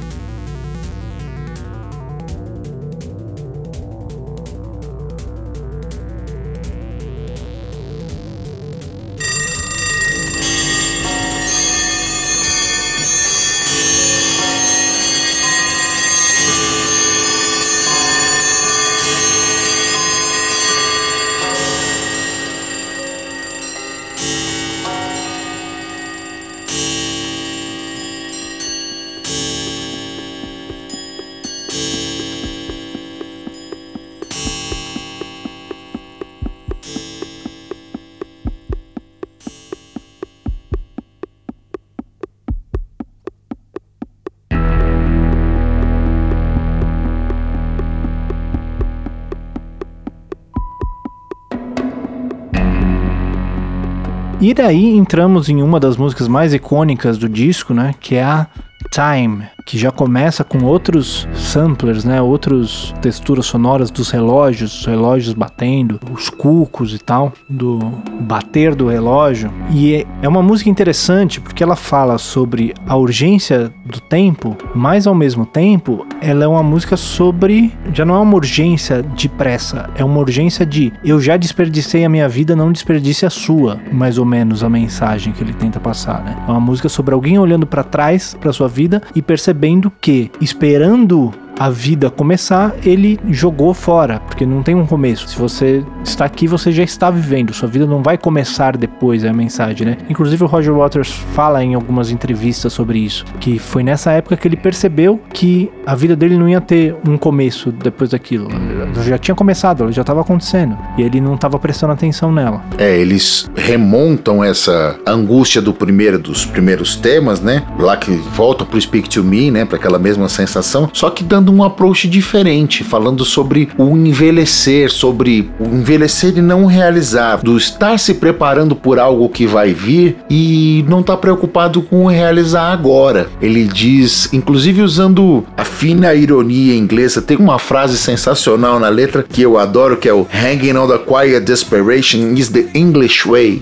E daí entramos em uma das músicas mais icônicas do disco, né? Que é a Time, que já começa com outros samplers, né? Outras texturas sonoras dos relógios, os relógios batendo, os cucos e tal, do bater do relógio. E é uma música interessante porque ela fala sobre a urgência do tempo, mas ao mesmo tempo ela é uma música sobre... já não é uma urgência de pressa, é uma urgência de eu já desperdicei a minha vida, não desperdice a sua, mais ou menos a mensagem que ele tenta passar, né? É uma música sobre alguém olhando pra trás, pra sua vida, e percebendo que, esperando a vida começar, ele jogou fora, porque não tem um começo. Se você está aqui, você já está vivendo, sua vida não vai começar depois, é a mensagem, né? Inclusive o Roger Waters fala em algumas entrevistas sobre isso, que foi nessa época que ele percebeu que a vida dele não ia ter um começo depois daquilo. Ela já tinha começado, ela já estava acontecendo, e ele não estava prestando atenção nela. Eles remontam essa angústia dos primeiros temas, né? Lá que voltam pro Speak to Me, né? Para aquela mesma sensação, só que dando um approach diferente, falando sobre o envelhecer, sobre o envelhecer e não realizar, do estar se preparando por algo que vai vir e não estar preocupado com realizar agora. Ele diz, inclusive usando a fina ironia inglesa, tem uma frase sensacional na letra que eu adoro, que é o "Hanging on the quiet desperation is the English way".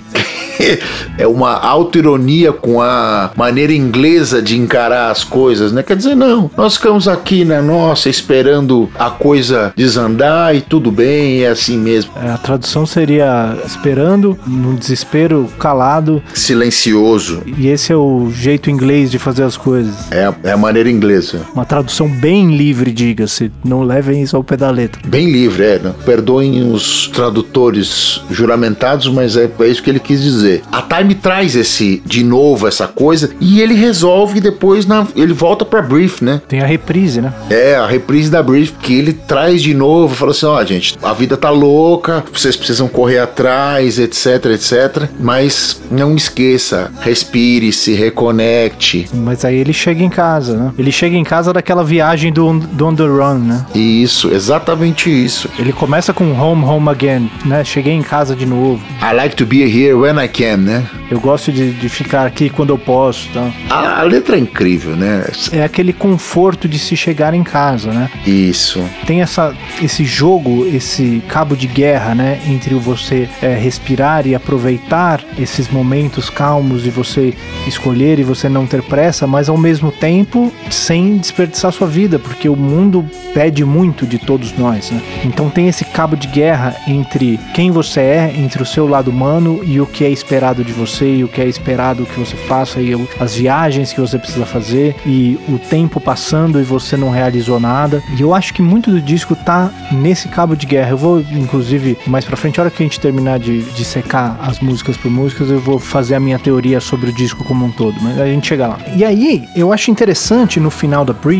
É uma auto-ironia com a maneira inglesa de encarar as coisas, né? Quer dizer, não, nós ficamos aqui na nossa esperando a coisa desandar e tudo bem, é assim mesmo. A tradução seria esperando, no desespero, calado, silencioso. E esse é o jeito inglês de fazer as coisas. É a maneira inglesa. Uma tradução bem livre, diga-se. Não levem isso ao pé da letra. Bem livre, né? Perdoem os tradutores juramentados, mas é isso que ele quis dizer. A Time traz de novo essa coisa, e ele resolve depois, ele volta pra Brief, né? Tem a reprise, né? A reprise da Brief, que ele traz de novo, fala assim, gente, a vida tá louca, vocês precisam correr atrás, etc, etc, mas não esqueça, respire, se reconecte. Mas aí ele chega em casa, né? Ele chega em casa daquela viagem do On The Run, né? Isso, exatamente isso. Ele começa com Home Again, né? Cheguei em casa de novo. I like to be here when I can, né? Eu gosto de ficar aqui quando eu posso, tá? A letra é incrível, né? É aquele conforto de se chegar em casa, né? Isso. Tem esse jogo, esse cabo de guerra, né? Entre você respirar e aproveitar esses momentos calmos e você escolher e você não ter pressa, mas ao mesmo tempo sem desperdiçar sua vida, porque o mundo pede muito de todos nós, né? Então tem esse cabo de guerra entre quem você é, entre o seu lado humano e o que é esperado de você, e o que é esperado que você faça, e as viagens que você precisa fazer, e o tempo passando e você não realizou nada. E eu acho que muito do disco tá nesse cabo de guerra. Eu vou, inclusive, mais pra frente, a hora que a gente terminar de secar as músicas por músicas, eu vou fazer a minha teoria sobre o disco como um todo, mas a gente chega lá. E aí, eu acho interessante no final da Breathe,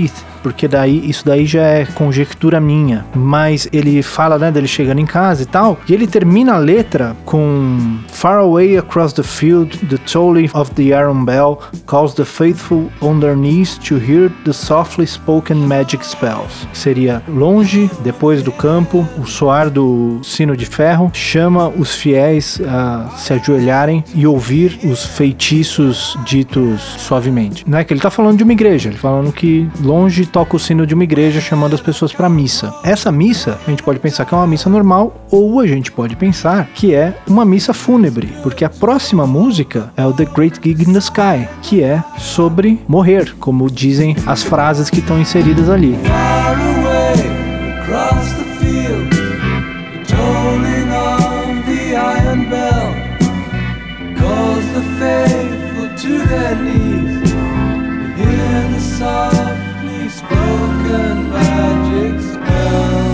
porque isso daí já é conjectura minha, mas ele fala, né, dele chegando em casa e tal, e ele termina a letra com Far away across the field, the tolling of the iron bell calls the faithful on their knees to hear the softly spoken magic spells. Seria longe, depois do campo, o soar do sino de ferro chama os fiéis a se ajoelharem e ouvir os feitiços ditos suavemente. Não é que ele tá falando de uma igreja, ele falando que longe toca o sino de uma igreja chamando as pessoas para missa. Essa missa, a gente pode pensar que é uma missa normal, ou a gente pode pensar que é uma missa fúnebre, porque a próxima música é o The Great Gig in the Sky, que é sobre morrer, como dizem as frases que estão inseridas ali. Far away across the field, the tolling of the iron bell calls the faithful to their knees to hear the softly spoken magic spell.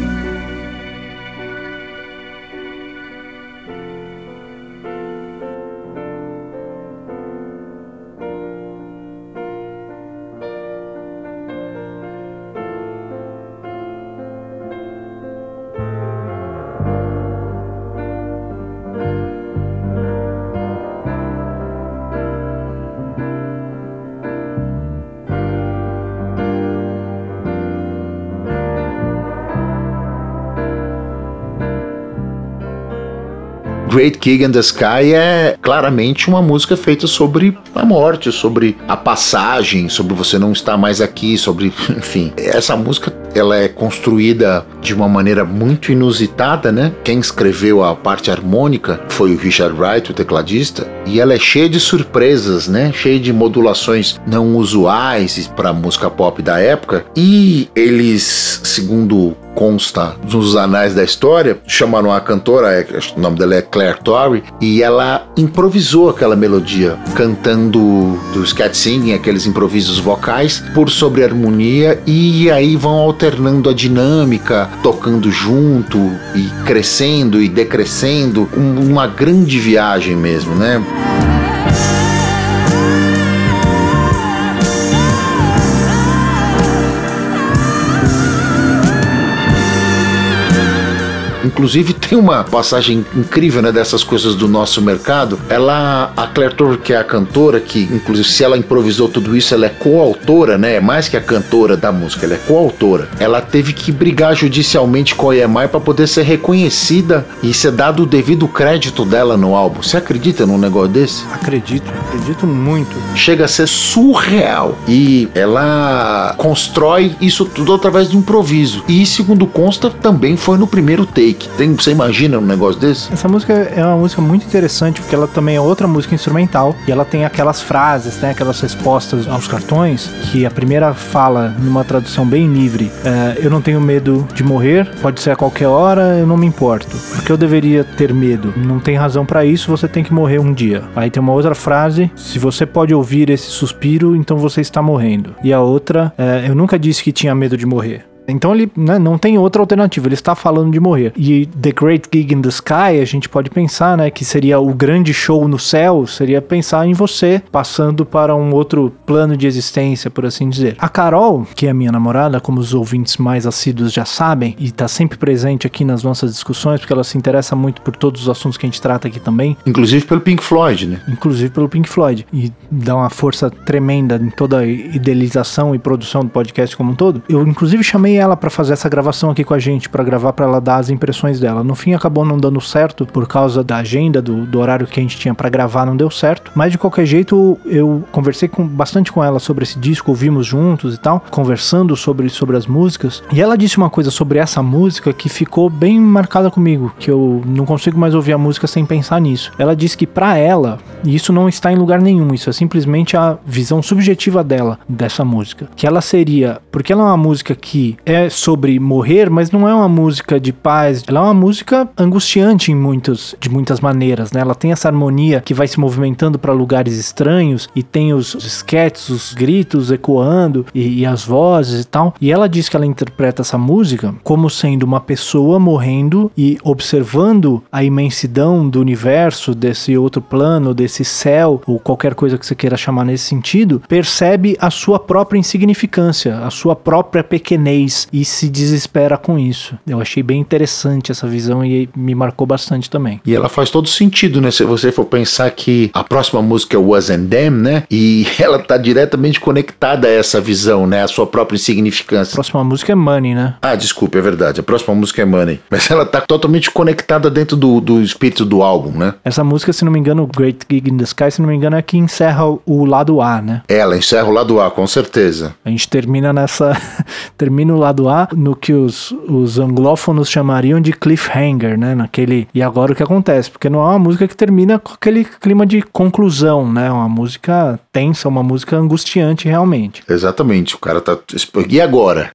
Great Gig in the Sky é claramente uma música feita sobre a morte, sobre a passagem, sobre você não estar mais aqui, sobre, enfim. Essa música, ela é construída de uma maneira muito inusitada, né? Quem escreveu a parte harmônica foi o Richard Wright, o tecladista, e ela é cheia de surpresas, né? Cheia de modulações não usuais para a música pop da época, e eles, segundo consta nos anais da história, chamaram a cantora, o nome dela é Claire Torrey, e ela improvisou aquela melodia, cantando do scat singing, aqueles improvisos vocais, por sobre a harmonia, e aí vão alternando a dinâmica, tocando junto, e crescendo e decrescendo, uma grande viagem mesmo, né? Inclusive tem uma passagem incrível, né, dessas coisas do nosso mercado. A Claire Torrey, que é a cantora, que inclusive se ela improvisou tudo isso, ela é coautora, né, é mais que a cantora da música, ela é coautora. Ela teve que brigar judicialmente com a EMI para poder ser reconhecida e ser dado o devido crédito dela no álbum. Você acredita num negócio desse? Acredito muito. Chega a ser surreal. E ela constrói isso tudo através de improviso. E segundo consta, também foi no primeiro take. Você imagina um negócio desse? Essa música é uma música muito interessante, porque ela também é outra música instrumental, e ela tem aquelas frases, né, aquelas respostas aos cartões, que a primeira fala, numa tradução bem livre, eu não tenho medo de morrer, pode ser a qualquer hora, eu não me importo. Porque eu deveria ter medo? Não tem razão pra isso, você tem que morrer um dia. Aí tem uma outra frase, se você pode ouvir esse suspiro, então você está morrendo. E a outra, eu nunca disse que tinha medo de morrer. Então ele, né, não tem outra alternativa, ele está falando de morrer. E The Great Gig in the Sky, a gente pode pensar, né, que seria o grande show no céu, seria pensar em você passando para um outro plano de existência, por assim dizer. A Carol, que é a minha namorada, como os ouvintes mais assíduos já sabem, e está sempre presente aqui nas nossas discussões, porque ela se interessa muito por todos os assuntos que a gente trata aqui também. Inclusive pelo Pink Floyd, né? Inclusive pelo Pink Floyd. E dá uma força tremenda em toda a idealização e produção do podcast como um todo. Eu, inclusive, chamei ela para fazer essa gravação aqui com a gente, para gravar, para ela dar as impressões dela. No fim acabou não dando certo por causa da agenda, do horário que a gente tinha para gravar, não deu certo, mas de qualquer jeito eu conversei bastante com ela sobre esse disco, ouvimos juntos e tal, conversando sobre as músicas, e ela disse uma coisa sobre essa música que ficou bem marcada comigo, que eu não consigo mais ouvir a música sem pensar nisso. Ela disse que para ela, e isso não está em lugar nenhum, isso é simplesmente a visão subjetiva dela, dessa música, que ela seria, porque ela é uma música que é sobre morrer, mas não é uma música de paz, ela é uma música angustiante de muitas maneiras, né? Ela tem essa harmonia que vai se movimentando para lugares estranhos e tem os esquetes, os gritos ecoando e as vozes e tal. E ela diz que ela interpreta essa música como sendo uma pessoa morrendo e observando a imensidão do universo, desse outro plano, desse céu, ou qualquer coisa que você queira chamar nesse sentido, percebe a sua própria insignificância, a sua própria pequenez e se desespera com isso. Eu achei bem interessante essa visão e me marcou bastante também. E ela faz todo sentido, né? Se você for pensar que a próxima música é Was and Them, né? E ela tá diretamente conectada a essa visão, né? A sua própria insignificância. A próxima música é Money, né? Ah, desculpe, é verdade. A próxima música é Money. Mas ela tá totalmente conectada dentro do espírito do álbum, né? Essa música, se não me engano, Great Gig in the Sky, se não me engano, é que encerra o lado A, né? Ela encerra o lado A, com certeza. A gente termina termina o lado A no que os anglófonos chamariam de cliffhanger, né? Naquele... E agora o que acontece? Porque não é uma música que termina com aquele clima de conclusão, né? Uma música tensa, uma música angustiante realmente. Exatamente, o cara tá... E agora?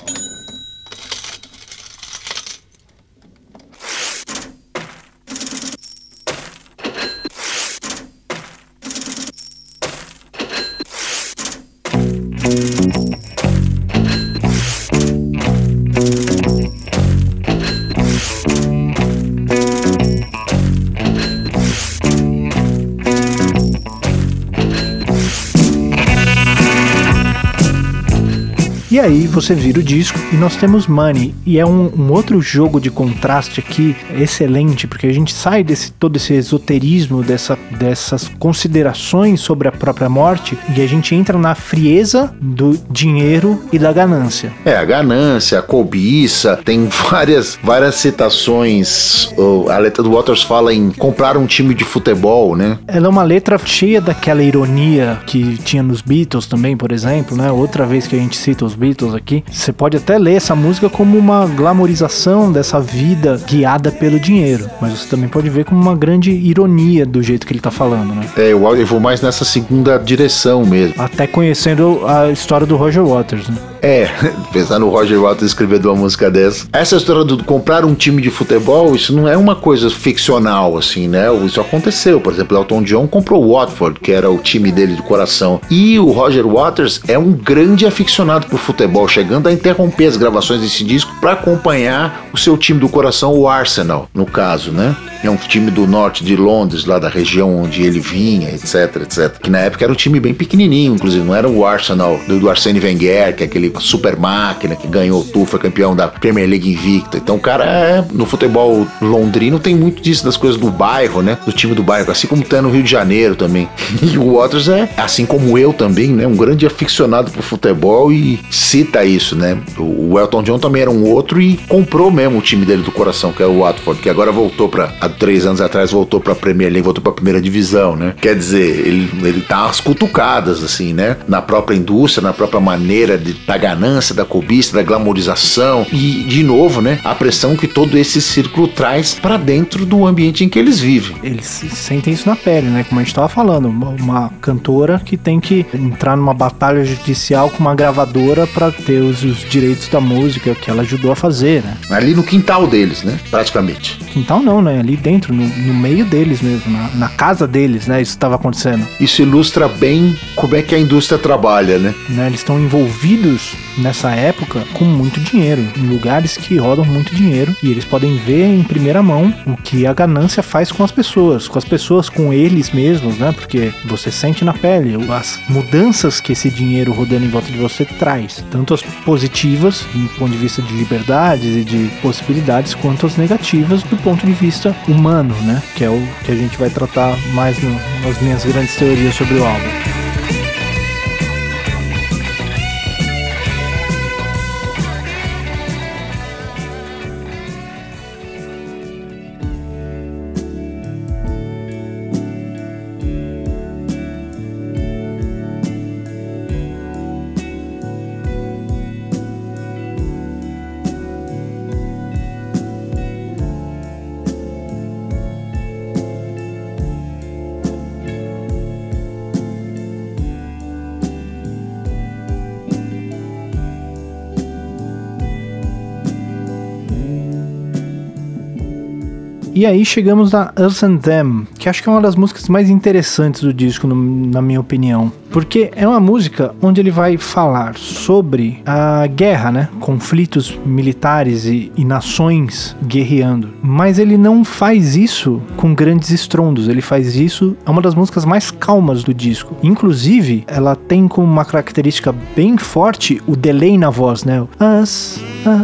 E aí você vira o disco e nós temos Money. E é um outro jogo de contraste aqui excelente, porque a gente sai todo esse esoterismo, dessas considerações sobre a própria morte, e a gente entra na frieza do dinheiro e da ganância. A ganância, a cobiça, tem várias citações. A letra do Waters fala em comprar um time de futebol, né? Ela é uma letra cheia daquela ironia que tinha nos Beatles também, por exemplo, né? Outra vez que a gente cita os Beatles aqui, você pode até ler essa música como uma glamorização dessa vida guiada pelo dinheiro, mas você também pode ver como uma grande ironia do jeito que ele tá falando, né? Eu vou mais nessa segunda direção mesmo. Até conhecendo a história do Roger Waters, né? Pensar no Roger Waters escrevendo uma música dessa. Essa história de comprar um time de futebol, isso não é uma coisa ficcional, assim, né? Isso aconteceu. Por exemplo, Elton John comprou o Watford, que era o time dele de coração. E o Roger Waters é um grande aficionado por futebol, chegando a interromper as gravações desse disco para acompanhar o seu time do coração, o Arsenal, no caso, né? É um time do norte de Londres, lá da região onde ele vinha, etc, etc. Que na época era um time bem pequenininho, inclusive, não era o Arsenal do Arsène Wenger, que é aquele super máquina que ganhou tudo, foi campeão da Premier League invicta. Então o cara no futebol londrino tem muito disso, das coisas do bairro, né? Do time do bairro, assim como tem no Rio de Janeiro também. E o Waters assim como eu também, né? Um grande aficionado por futebol e cita isso, né? O Elton John também era um outro e comprou mesmo o time dele do coração, que é o Watford, que agora voltou há 3 anos atrás, voltou pra Premier League, voltou pra primeira divisão, né? Quer dizer, ele tá às cutucadas, assim, né? Na própria indústria, na própria maneira da ganância, da cobiça, da glamorização e, de novo, né? A pressão que todo esse círculo traz pra dentro do ambiente em que eles vivem. Eles sentem isso na pele, né? Como a gente tava falando, uma cantora que tem que entrar numa batalha judicial com uma gravadora pra ter os direitos da música que ela ajudou a fazer, né? Ali no quintal deles, né? Praticamente. Quintal não, né? Ali dentro, no meio deles mesmo, na casa deles, né? Isso estava acontecendo. Isso ilustra bem como é que a indústria trabalha, né? Eles estão envolvidos nessa época com muito dinheiro, em lugares que rodam muito dinheiro, e eles podem ver em primeira mão o que a ganância faz com as pessoas, com eles mesmos, né? Porque você sente na pele as mudanças que esse dinheiro rodando em volta de você traz, tanto as positivas, do ponto de vista de liberdades e de possibilidades, quanto as negativas do ponto de vista humano, né? Que é o que a gente vai tratar mais nas minhas grandes teorias sobre o álbum. E aí chegamos na Us and Them, que acho que é uma das músicas mais interessantes do disco, na minha opinião. Porque é uma música onde ele vai falar sobre a guerra, né? Conflitos militares e nações guerreando. Mas ele não faz isso com grandes estrondos. Ele faz isso... É uma das músicas mais calmas do disco. Inclusive, ela tem como uma característica bem forte o delay na voz, né? Us.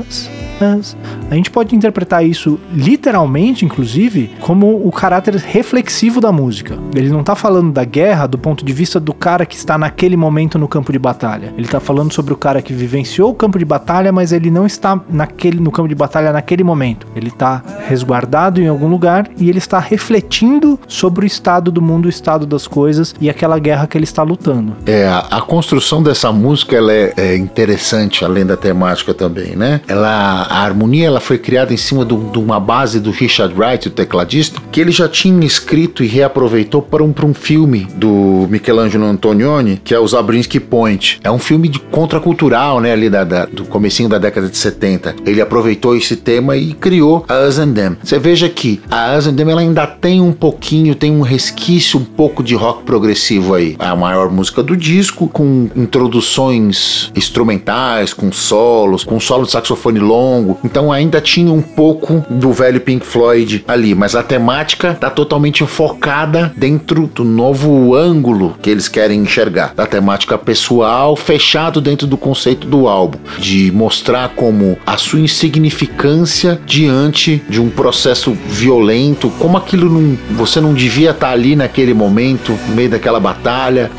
A gente pode interpretar isso literalmente, inclusive, como o caráter reflexivo da música. Ele não tá falando da guerra do ponto de vista do cara que está naquele momento no campo de batalha. Ele tá falando sobre o cara que vivenciou o campo de batalha, mas ele não está no campo de batalha naquele momento. Ele tá resguardado em algum lugar e ele está refletindo sobre o estado do mundo, o estado das coisas e aquela guerra que ele está lutando. A construção dessa música ela é interessante, além da temática também, né? A harmonia ela foi criada em cima de uma base do Richard Wright, o tecladista, que ele já tinha escrito e reaproveitou para um filme do Michelangelo Antonioni, que é o Zabriskie Point. É um filme de contracultural, né, ali do comecinho da década de 70. Ele aproveitou esse tema e criou a Us and Them. Você veja que a Us and Them ela ainda tem um resquício um pouco de rock progressivo aí. É a maior música do disco, com introduções instrumentais, com solo de saxofone longo. Então ainda tinha um pouco do velho Pink Floyd ali, mas a temática tá totalmente focada dentro do novo ângulo que eles querem enxergar, da temática pessoal, fechado dentro do conceito do álbum, de mostrar como a sua insignificância diante de um processo violento, como aquilo você não devia estar ali naquele momento, no meio daquela batalha.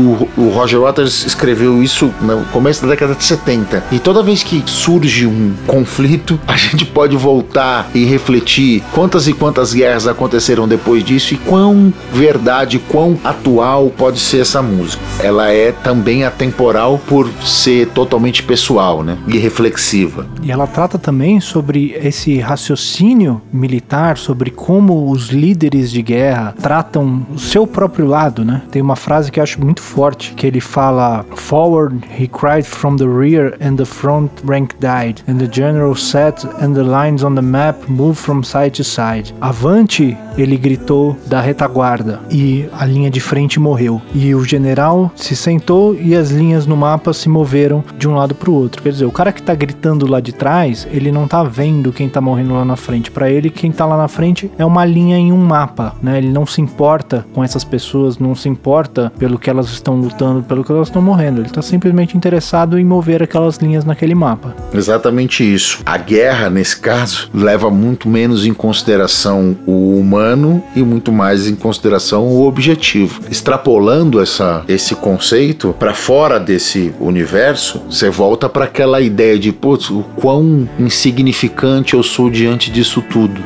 E o Roger Waters escreveu isso no começo da década de 70, e toda vez que surge um conflito, a gente pode voltar e refletir quantas e quantas guerras aconteceram depois disso e quão verdade, quão atual pode ser essa música. Ela é também atemporal por ser totalmente pessoal, né? E reflexiva. E ela trata também sobre esse raciocínio militar, sobre como os líderes de guerra tratam o seu próprio lado, né? Tem uma frase que eu acho muito forte, que ele fala: "Forward he cried from the rear and the front rank died, and the general sat and the lines on the map moved from side to side." Avante, ele gritou da retaguarda e a linha de frente morreu. E o general se sentou e as linhas no mapa se moveram de um lado para o outro. Quer dizer, o cara que tá gritando lá de trás, ele não tá vendo quem tá morrendo lá na frente. Para ele, quem tá lá na frente é uma linha em um mapa, né? Ele não se importa com essas pessoas, não se importa pelo que elas estão lutando, pelo que elas estão morrendo. Ele tá simplesmente interessado em mover aquelas linhas naquele mapa. Exatamente isso. A guerra, nesse caso, leva muito menos em consideração o humano e muito mais em consideração o objetivo. Extrapolando esse conceito para fora desse universo, você volta para aquela ideia de, putz, o quão insignificante eu sou diante disso tudo.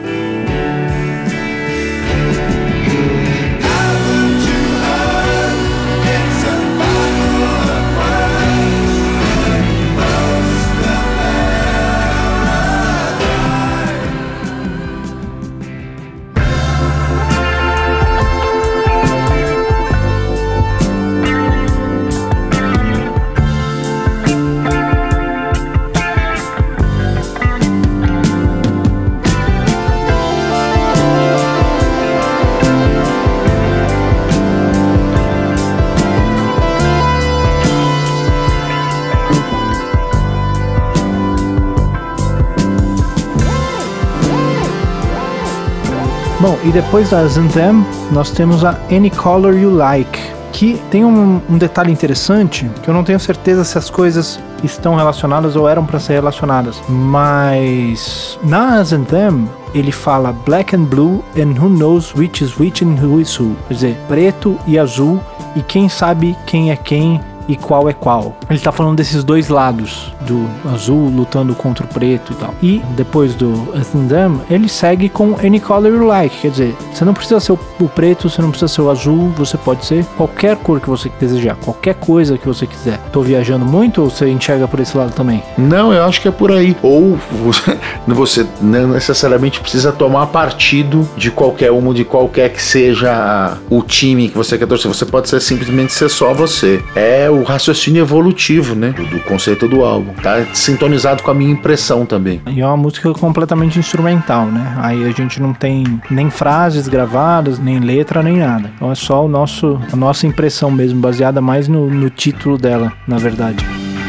Bom, e depois da Us and Them, nós temos a Any Color You Like, que tem um detalhe interessante, que eu não tenho certeza se as coisas estão relacionadas ou eram para ser relacionadas, mas na Us and Them ele fala black and blue and who knows which is which and who is who, quer dizer, preto e azul, e quem sabe quem é quem e qual é qual. Ele tá falando desses dois lados, do azul lutando contra o preto e tal. E depois do Us and Them, ele segue com Any Color You Like, quer dizer, você não precisa ser o preto, você não precisa ser o azul, você pode ser qualquer cor que você desejar, qualquer coisa que você quiser. Tô viajando muito ou você enxerga por esse lado também? Não, eu acho que é por aí. Ou você não necessariamente precisa tomar partido de qualquer um, de qualquer que seja o time que você quer torcer. Você pode simplesmente ser só você. É o raciocínio evolutivo, né? Do conceito do álbum. Tá sintonizado com a minha impressão também. E é uma música completamente instrumental, né? Aí a gente não tem nem frases gravadas, nem letra, nem nada. Então é só a nossa impressão mesmo, baseada mais no título dela, na verdade.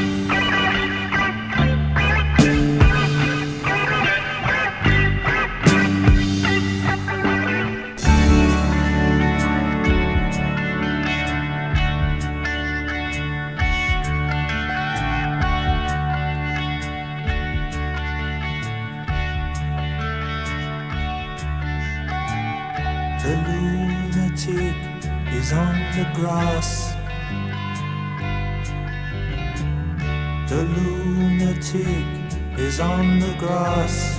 The lunatic is on the grass. The lunatic is on the grass.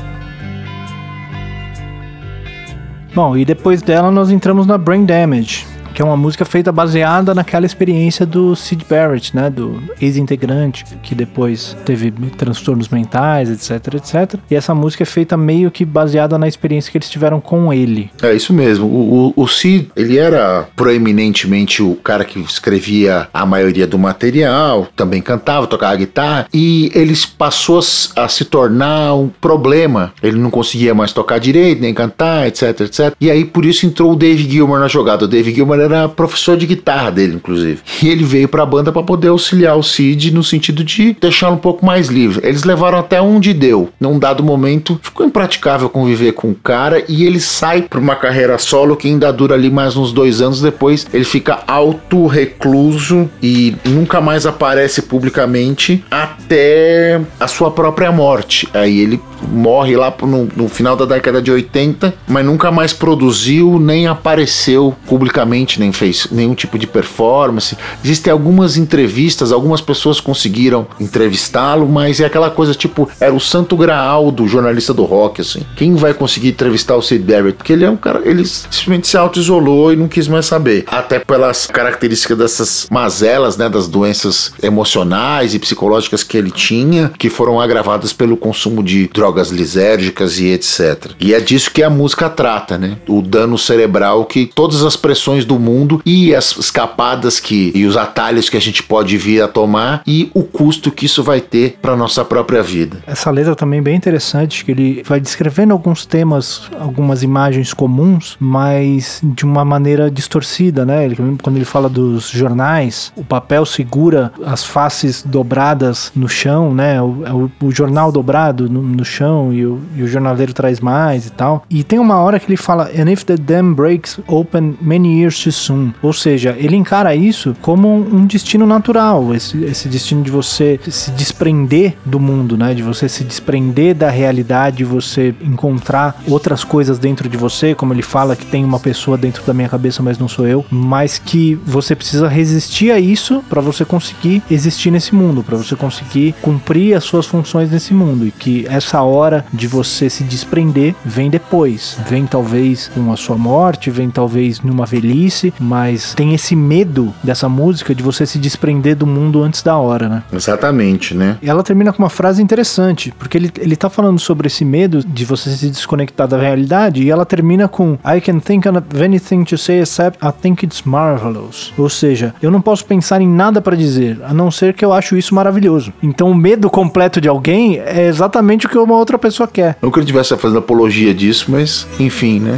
Bom, e depois dela nós entramos na Brain Damage, que é uma música feita baseada naquela experiência do Syd Barrett, né, do ex-integrante, que depois teve transtornos mentais, etc, etc. E essa música é feita meio que baseada na experiência que eles tiveram com ele. É isso mesmo. O Syd, ele era proeminentemente o cara que escrevia a maioria do material, também cantava, tocava guitarra, e ele passou a se tornar um problema. Ele não conseguia mais tocar direito, nem cantar, etc, etc. E aí, por isso, entrou o Dave Gilmour na jogada. O Dave Gilmour era professor de guitarra dele, inclusive. E ele veio pra banda pra poder auxiliar o Syd no sentido de deixá-lo um pouco mais livre. Eles levaram até onde deu. Num dado momento, ficou impraticável conviver com o cara e ele sai pra uma carreira solo que ainda dura ali mais uns 2 anos depois. Ele fica auto-recluso e nunca mais aparece publicamente até a sua própria morte. Aí ele morre lá no final da década de 80, mas nunca mais produziu, nem apareceu publicamente, nem fez nenhum tipo de performance. Existem algumas entrevistas, algumas pessoas conseguiram entrevistá-lo, mas é aquela coisa tipo, era o santo graal do jornalista do rock, assim. Quem vai conseguir entrevistar o Syd Barrett? Porque ele é um cara, ele simplesmente se auto-isolou e não quis mais saber. Até pelas características dessas mazelas, né, das doenças emocionais e psicológicas que ele tinha, que foram agravadas pelo consumo de drogas lisérgicas e etc. E é disso que a música trata, né? O dano cerebral que todas as pressões do mundo e as escapadas e os atalhos que a gente pode vir a tomar e o custo que isso vai ter para nossa própria vida. Essa letra também é bem interessante, que ele vai descrevendo alguns temas, algumas imagens comuns, mas de uma maneira distorcida, né? Quando ele fala dos jornais, o papel segura as faces dobradas no chão, né? O jornal dobrado no chão e o jornaleiro traz mais e tal. E tem uma hora que ele fala "And if the dam breaks open many years too soon", ou seja, ele encara isso como um destino natural, esse destino de você se desprender do mundo, né? De você se desprender da realidade, de você encontrar outras coisas dentro de você, como ele fala que tem uma pessoa dentro da minha cabeça, mas não sou eu, mas que você precisa resistir a isso para você conseguir existir nesse mundo, para você conseguir cumprir as suas funções nesse mundo, e que essa hora de você se desprender vem depois, vem talvez com a sua morte, vem talvez numa velhice, mas tem esse medo dessa música de você se desprender do mundo antes da hora, né? Exatamente, né? E ela termina com uma frase interessante, porque ele tá falando sobre esse medo de você se desconectar da realidade, e ela termina com "I can think of anything to say except I think it's marvelous", ou seja, eu não posso pensar em nada para dizer, a não ser que eu acho isso maravilhoso. Então o medo completo de alguém é exatamente o que uma outra pessoa quer. Não que ele estivesse fazendo apologia disso, mas enfim, né?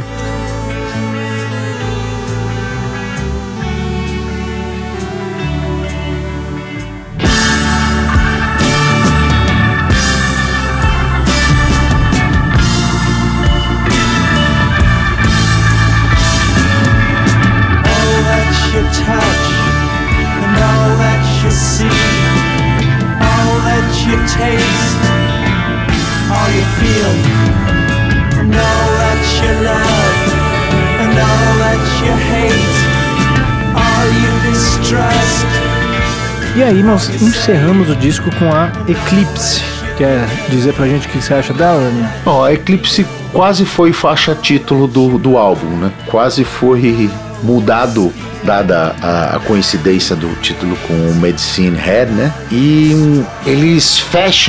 E aí nós encerramos o disco com a Eclipse. Quer dizer pra gente o que você acha dela, Daniel? Ó, a Eclipse quase foi faixa título do álbum, né? Quase foi mudado, dada a coincidência do título com o Medicine Head, né? E eles fecham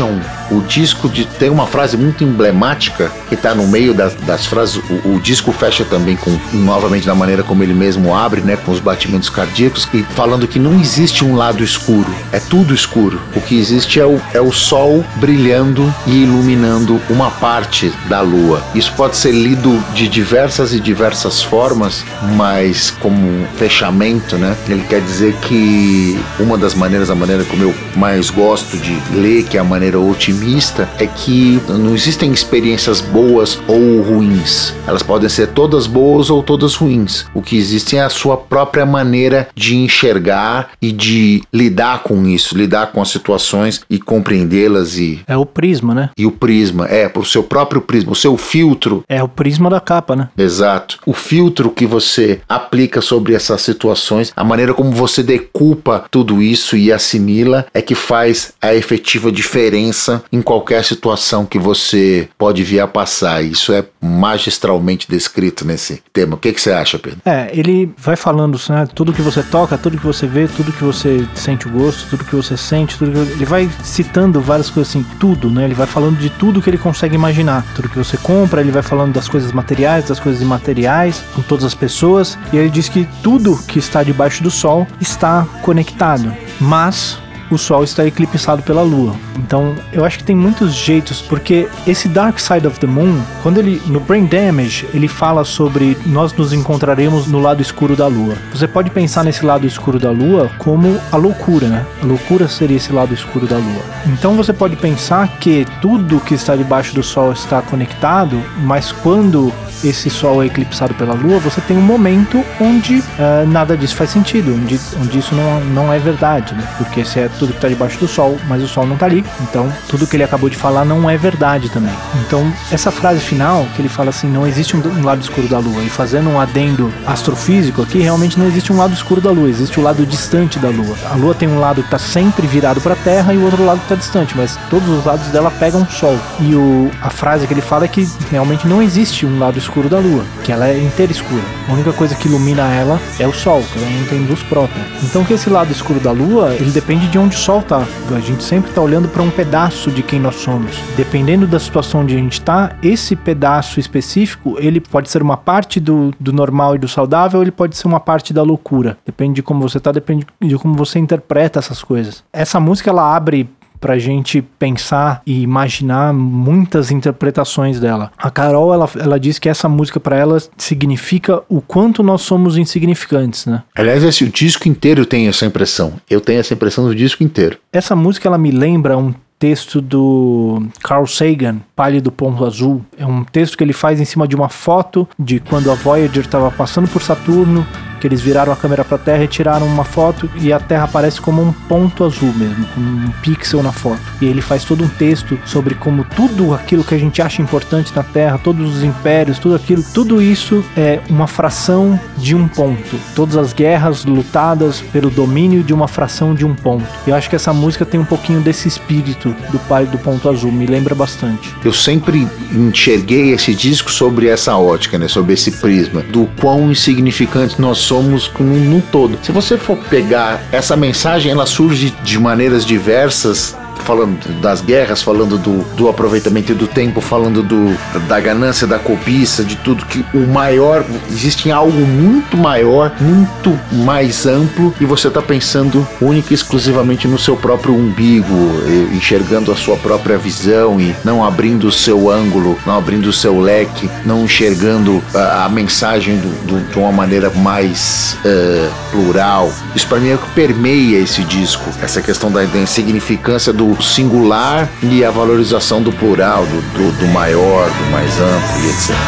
o disco tem uma frase muito emblemática que está no meio das frases. O disco fecha também novamente da maneira como ele mesmo abre, né, com os batimentos cardíacos, e falando que não existe um lado escuro, é tudo escuro. O que existe é o sol brilhando e iluminando uma parte da lua. Isso pode ser lido de diversas e diversas formas, mas como um fechamento, né, ele quer dizer que uma das maneiras, a maneira como eu mais gosto de ler, que é a maneira otimista, é que não existem experiências boas ou ruins. Elas podem ser todas boas ou todas ruins. O que existe é a sua própria maneira de enxergar e de lidar com isso, lidar com as situações e compreendê-las. É o prisma, né? E o prisma, pro seu próprio prisma, o seu filtro. É o prisma da capa, né? Exato. O filtro que você aplica sobre essas situações, a maneira como você decupa tudo isso e assimila, é que faz a efetiva diferença em qualquer situação que você pode vir a passar. Isso é magistralmente descrito nesse tema. O que você acha, Pedro? Ele vai falando, né, tudo que você toca, tudo que você vê, tudo que você sente o gosto, tudo que você sente, ele vai citando várias coisas assim, tudo, né? Ele vai falando de tudo que ele consegue imaginar. Tudo que você compra, ele vai falando das coisas materiais, das coisas imateriais, com todas as pessoas, e ele diz que tudo que está debaixo do sol está conectado, mas o sol está eclipsado pela lua. Então, eu acho que tem muitos jeitos, porque esse Dark Side of the Moon, quando no Brain Damage, ele fala sobre nós nos encontraremos no lado escuro da lua. Você pode pensar nesse lado escuro da lua como a loucura, né? A loucura seria esse lado escuro da lua. Então, você pode pensar que tudo que está debaixo do sol está conectado, mas quando esse sol é eclipsado pela lua, você tem um momento onde nada disso faz sentido, onde isso não é verdade, né? Porque se é tudo que está debaixo do sol, mas o sol não está ali, então tudo que ele acabou de falar não é verdade também. Então essa frase final, que ele fala assim, não existe um lado escuro da lua, e fazendo um adendo astrofísico aqui, realmente não existe um lado escuro da lua, existe o lado distante da lua. A lua tem um lado que está sempre virado para a Terra e o outro lado que está distante, mas todos os lados dela pegam o sol. E a frase que ele fala é que realmente não existe um lado escuro da lua, que ela é inteira escura. A única coisa que ilumina ela é o sol, que ela não tem luz própria. Então que esse lado escuro da lua, ele depende de onde o sol tá. A gente sempre tá olhando para um pedaço de quem nós somos. Dependendo da situação onde a gente tá, esse pedaço específico, ele pode ser uma parte do normal e do saudável, ou ele pode ser uma parte da loucura. Depende de como você tá, depende de como você interpreta essas coisas. Essa música, ela abre pra gente pensar e imaginar muitas interpretações dela. A Carol, ela diz que essa música pra ela significa o quanto nós somos insignificantes, né? Aliás, o disco inteiro tem essa impressão. Eu tenho essa impressão do disco inteiro. Essa música, ela me lembra um texto do Carl Sagan, Pálido Ponto Azul. É um texto que ele faz em cima de uma foto de quando a Voyager estava passando por Saturno, que eles viraram a câmera para a Terra e tiraram uma foto e a Terra aparece como um ponto azul mesmo, como um pixel na foto. E ele faz todo um texto sobre como tudo aquilo que a gente acha importante na Terra, todos os impérios, tudo aquilo, tudo isso é uma fração de um ponto. Todas as guerras lutadas pelo domínio de uma fração de um ponto. Eu acho que essa música tem um pouquinho desse espírito do Pálido Ponto Azul, me lembra bastante. Eu sempre enxerguei esse disco sobre essa ótica, né, sobre esse prisma, do quão insignificantes nós somos no todo. Se você for pegar essa mensagem, ela surge de maneiras diversas, falando das guerras, falando do aproveitamento do tempo, falando da ganância, da cobiça, de tudo, que o maior, existe algo muito maior, muito mais amplo, e você está pensando única e exclusivamente no seu próprio umbigo, enxergando a sua própria visão e não abrindo o seu ângulo, não abrindo o seu leque, não enxergando a mensagem de uma maneira mais plural. Isso para mim é o que permeia esse disco, essa questão da insignificância do singular e a valorização do plural, do maior, do mais amplo e etc.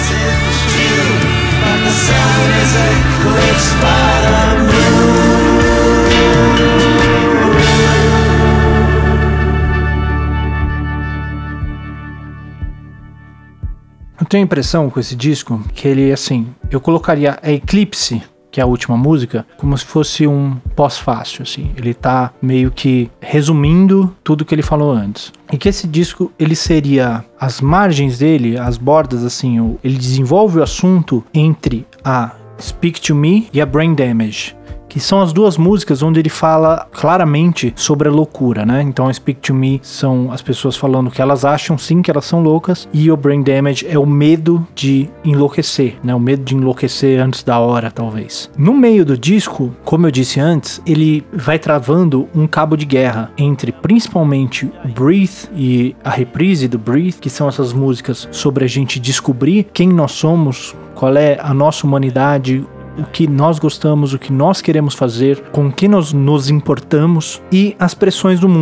Eu tenho a impressão com esse disco que ele, assim, eu colocaria a Eclipse, que é a última música, como se fosse um pós-fácil, assim. Ele tá meio que resumindo tudo que ele falou antes. E que esse disco, ele seria as margens dele, as bordas, assim, ele desenvolve o assunto entre a Speak to Me e a Brain Damage. que são as duas músicas onde ele fala claramente sobre a loucura, né? Então, Speak to Me são as pessoas falando que elas acham sim que elas são loucas, e o Brain Damage é o medo de enlouquecer, né? O medo de enlouquecer antes da hora, talvez. No meio do disco, como eu disse antes, ele vai travando um cabo de guerra entre principalmente o Breathe e a reprise do Breathe, que são essas músicas sobre a gente descobrir quem nós somos, qual é a nossa humanidade, o que nós gostamos, o que nós queremos fazer, com que nós nos importamos, e as pressões do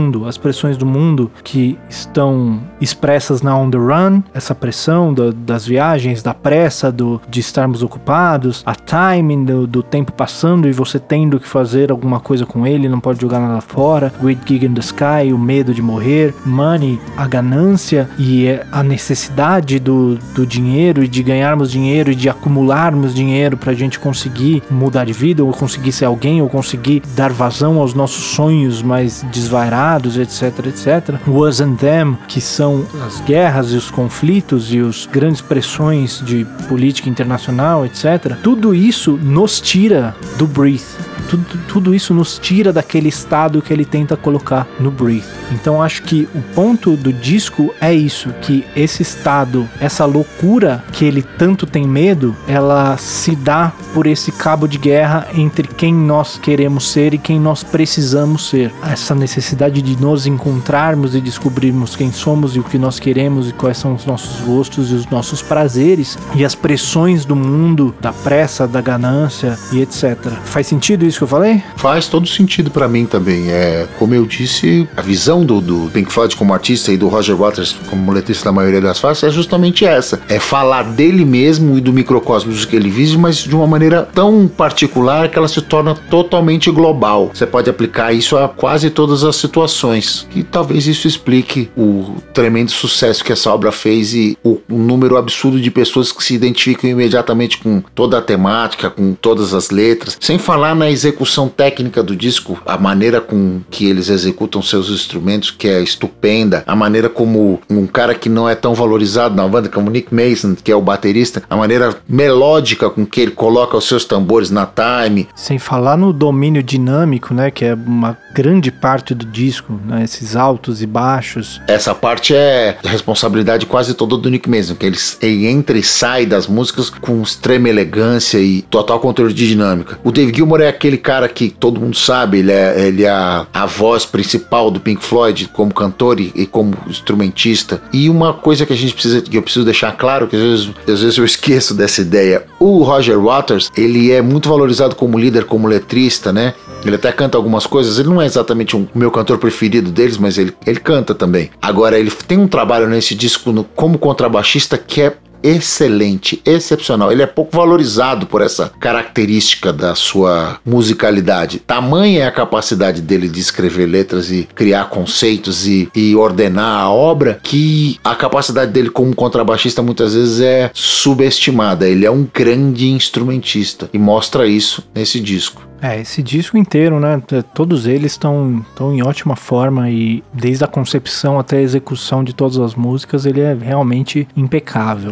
mundo que estão expressas na On The Run, essa pressão das viagens, da pressa, de estarmos ocupados, a timing do tempo passando e você tendo que fazer alguma coisa com ele, não pode jogar nada fora, Great Gig in the Sky, o medo de morrer, Money, a ganância e a necessidade do dinheiro e de ganharmos dinheiro e de acumularmos dinheiro pra gente conseguir mudar de vida, ou conseguir ser alguém, ou conseguir dar vazão aos nossos sonhos mais desvairados, etc, etc. Was and Them, que são as guerras e os conflitos e as grandes pressões de política internacional, etc. Tudo isso nos tira do Breathe. Tudo isso nos tira daquele estado que ele tenta colocar no Breathe. Então acho que o ponto do disco é isso, que esse estado, essa loucura que ele tanto tem medo, ela se dá por esse cabo de guerra entre quem nós queremos ser e quem nós precisamos ser. Essa necessidade de nos encontrarmos e descobrirmos quem somos e o que nós queremos e quais são os nossos gostos e os nossos prazeres, e as pressões do mundo, da pressa, da ganância e etc. Faz sentido isso que eu falei? Faz todo sentido pra mim também. Como eu disse, a visão do Pink Floyd como artista e do Roger Waters como letrista da maioria das faixas é justamente essa. É falar dele mesmo e do microcosmos que ele vive, mas de uma maneira tão particular que ela se torna totalmente global. Você pode aplicar isso a quase todas as situações. E talvez isso explique o tremendo sucesso que essa obra fez e o número absurdo de pessoas que se identificam imediatamente com toda a temática, com todas as letras. Sem falar na execução técnica do disco, a maneira com que eles executam seus instrumentos, que é estupenda, a maneira como um cara que não é tão valorizado na banda, como Nick Mason, que é o baterista, a maneira melódica com que ele coloca os seus tambores na time. Sem falar no domínio dinâmico, né, que é uma grande parte do disco, né, esses altos e baixos. Essa parte é a responsabilidade quase toda do Nick Mason, que ele entra e sai das músicas com extrema elegância e total controle de dinâmica. O Dave Gilmour é aquele cara que todo mundo sabe, ele é a voz principal do Pink Floyd como cantor e como instrumentista. E uma coisa que eu preciso deixar claro, que às vezes eu esqueço dessa ideia, o Roger Waters, ele é muito valorizado como líder, como letrista, né? Ele até canta algumas coisas, ele não é exatamente o meu cantor preferido deles, mas ele canta também. Agora, ele tem um trabalho nesse disco como contrabaixista que é excelente, excepcional. Ele é pouco valorizado por essa característica da sua musicalidade. Tamanha é a capacidade dele de escrever letras e criar conceitos e ordenar a obra, que a capacidade dele como contrabaixista muitas vezes é subestimada. Ele é um grande instrumentista e mostra isso nesse disco. Esse disco inteiro, né? Todos eles estão em ótima forma e desde a concepção até a execução de todas as músicas, ele é realmente impecável.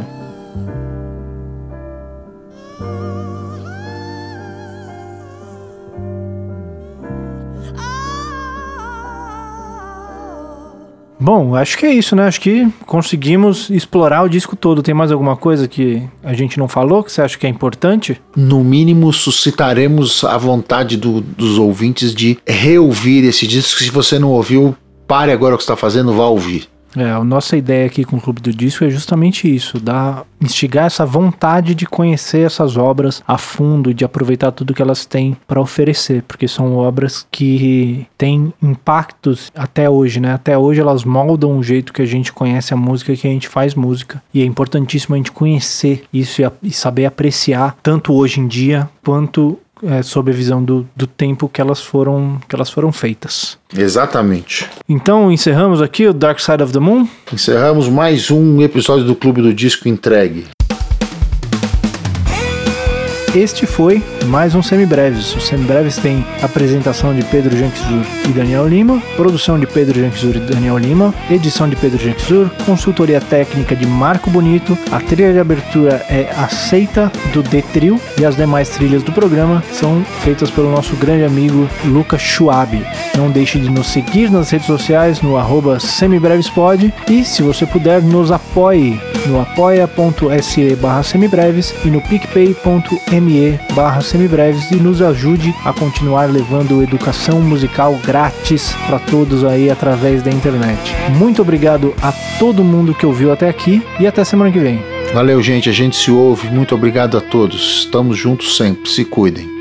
Bom, acho que é isso, né? Acho que conseguimos explorar o disco todo. Tem mais alguma coisa que a gente não falou que você acha que é importante? No mínimo, suscitaremos a vontade dos ouvintes de reouvir esse disco. Se você não ouviu, pare agora o que você está fazendo, vá ouvir. A nossa ideia aqui com o Clube do Disco é justamente isso, instigar essa vontade de conhecer essas obras a fundo, de aproveitar tudo que elas têm para oferecer, porque são obras que têm impactos até hoje, né? Até hoje elas moldam o jeito que a gente conhece a música, que a gente faz música, e é importantíssimo a gente conhecer isso e saber apreciar, tanto hoje em dia, quanto sob a visão do tempo que elas foram feitas. Exatamente. Então encerramos aqui o Dark Side of the Moon. Encerramos mais um episódio do Clube do Disco entregue. este foi mais um Semibreves. O Semibreves tem apresentação de Pedro Janquizur e Daniel Lima, produção de Pedro Janquizur e Daniel Lima, edição de Pedro Janquizur, consultoria técnica de Marco Bonito, a trilha de abertura é Aceita, do D-Trio, e as demais trilhas do programa são feitas pelo nosso grande amigo Lucas Schwab. Não deixe de nos seguir nas redes sociais no @semibrevespod e, se você puder, nos apoie no apoia.se/semibreves e no picpay.me/semibreves e nos ajude a continuar levando educação musical grátis para todos aí através da internet. Muito obrigado a todo mundo que ouviu até aqui e até semana que vem. Valeu, gente, a gente se ouve. Muito obrigado a todos. Estamos juntos sempre. Se cuidem.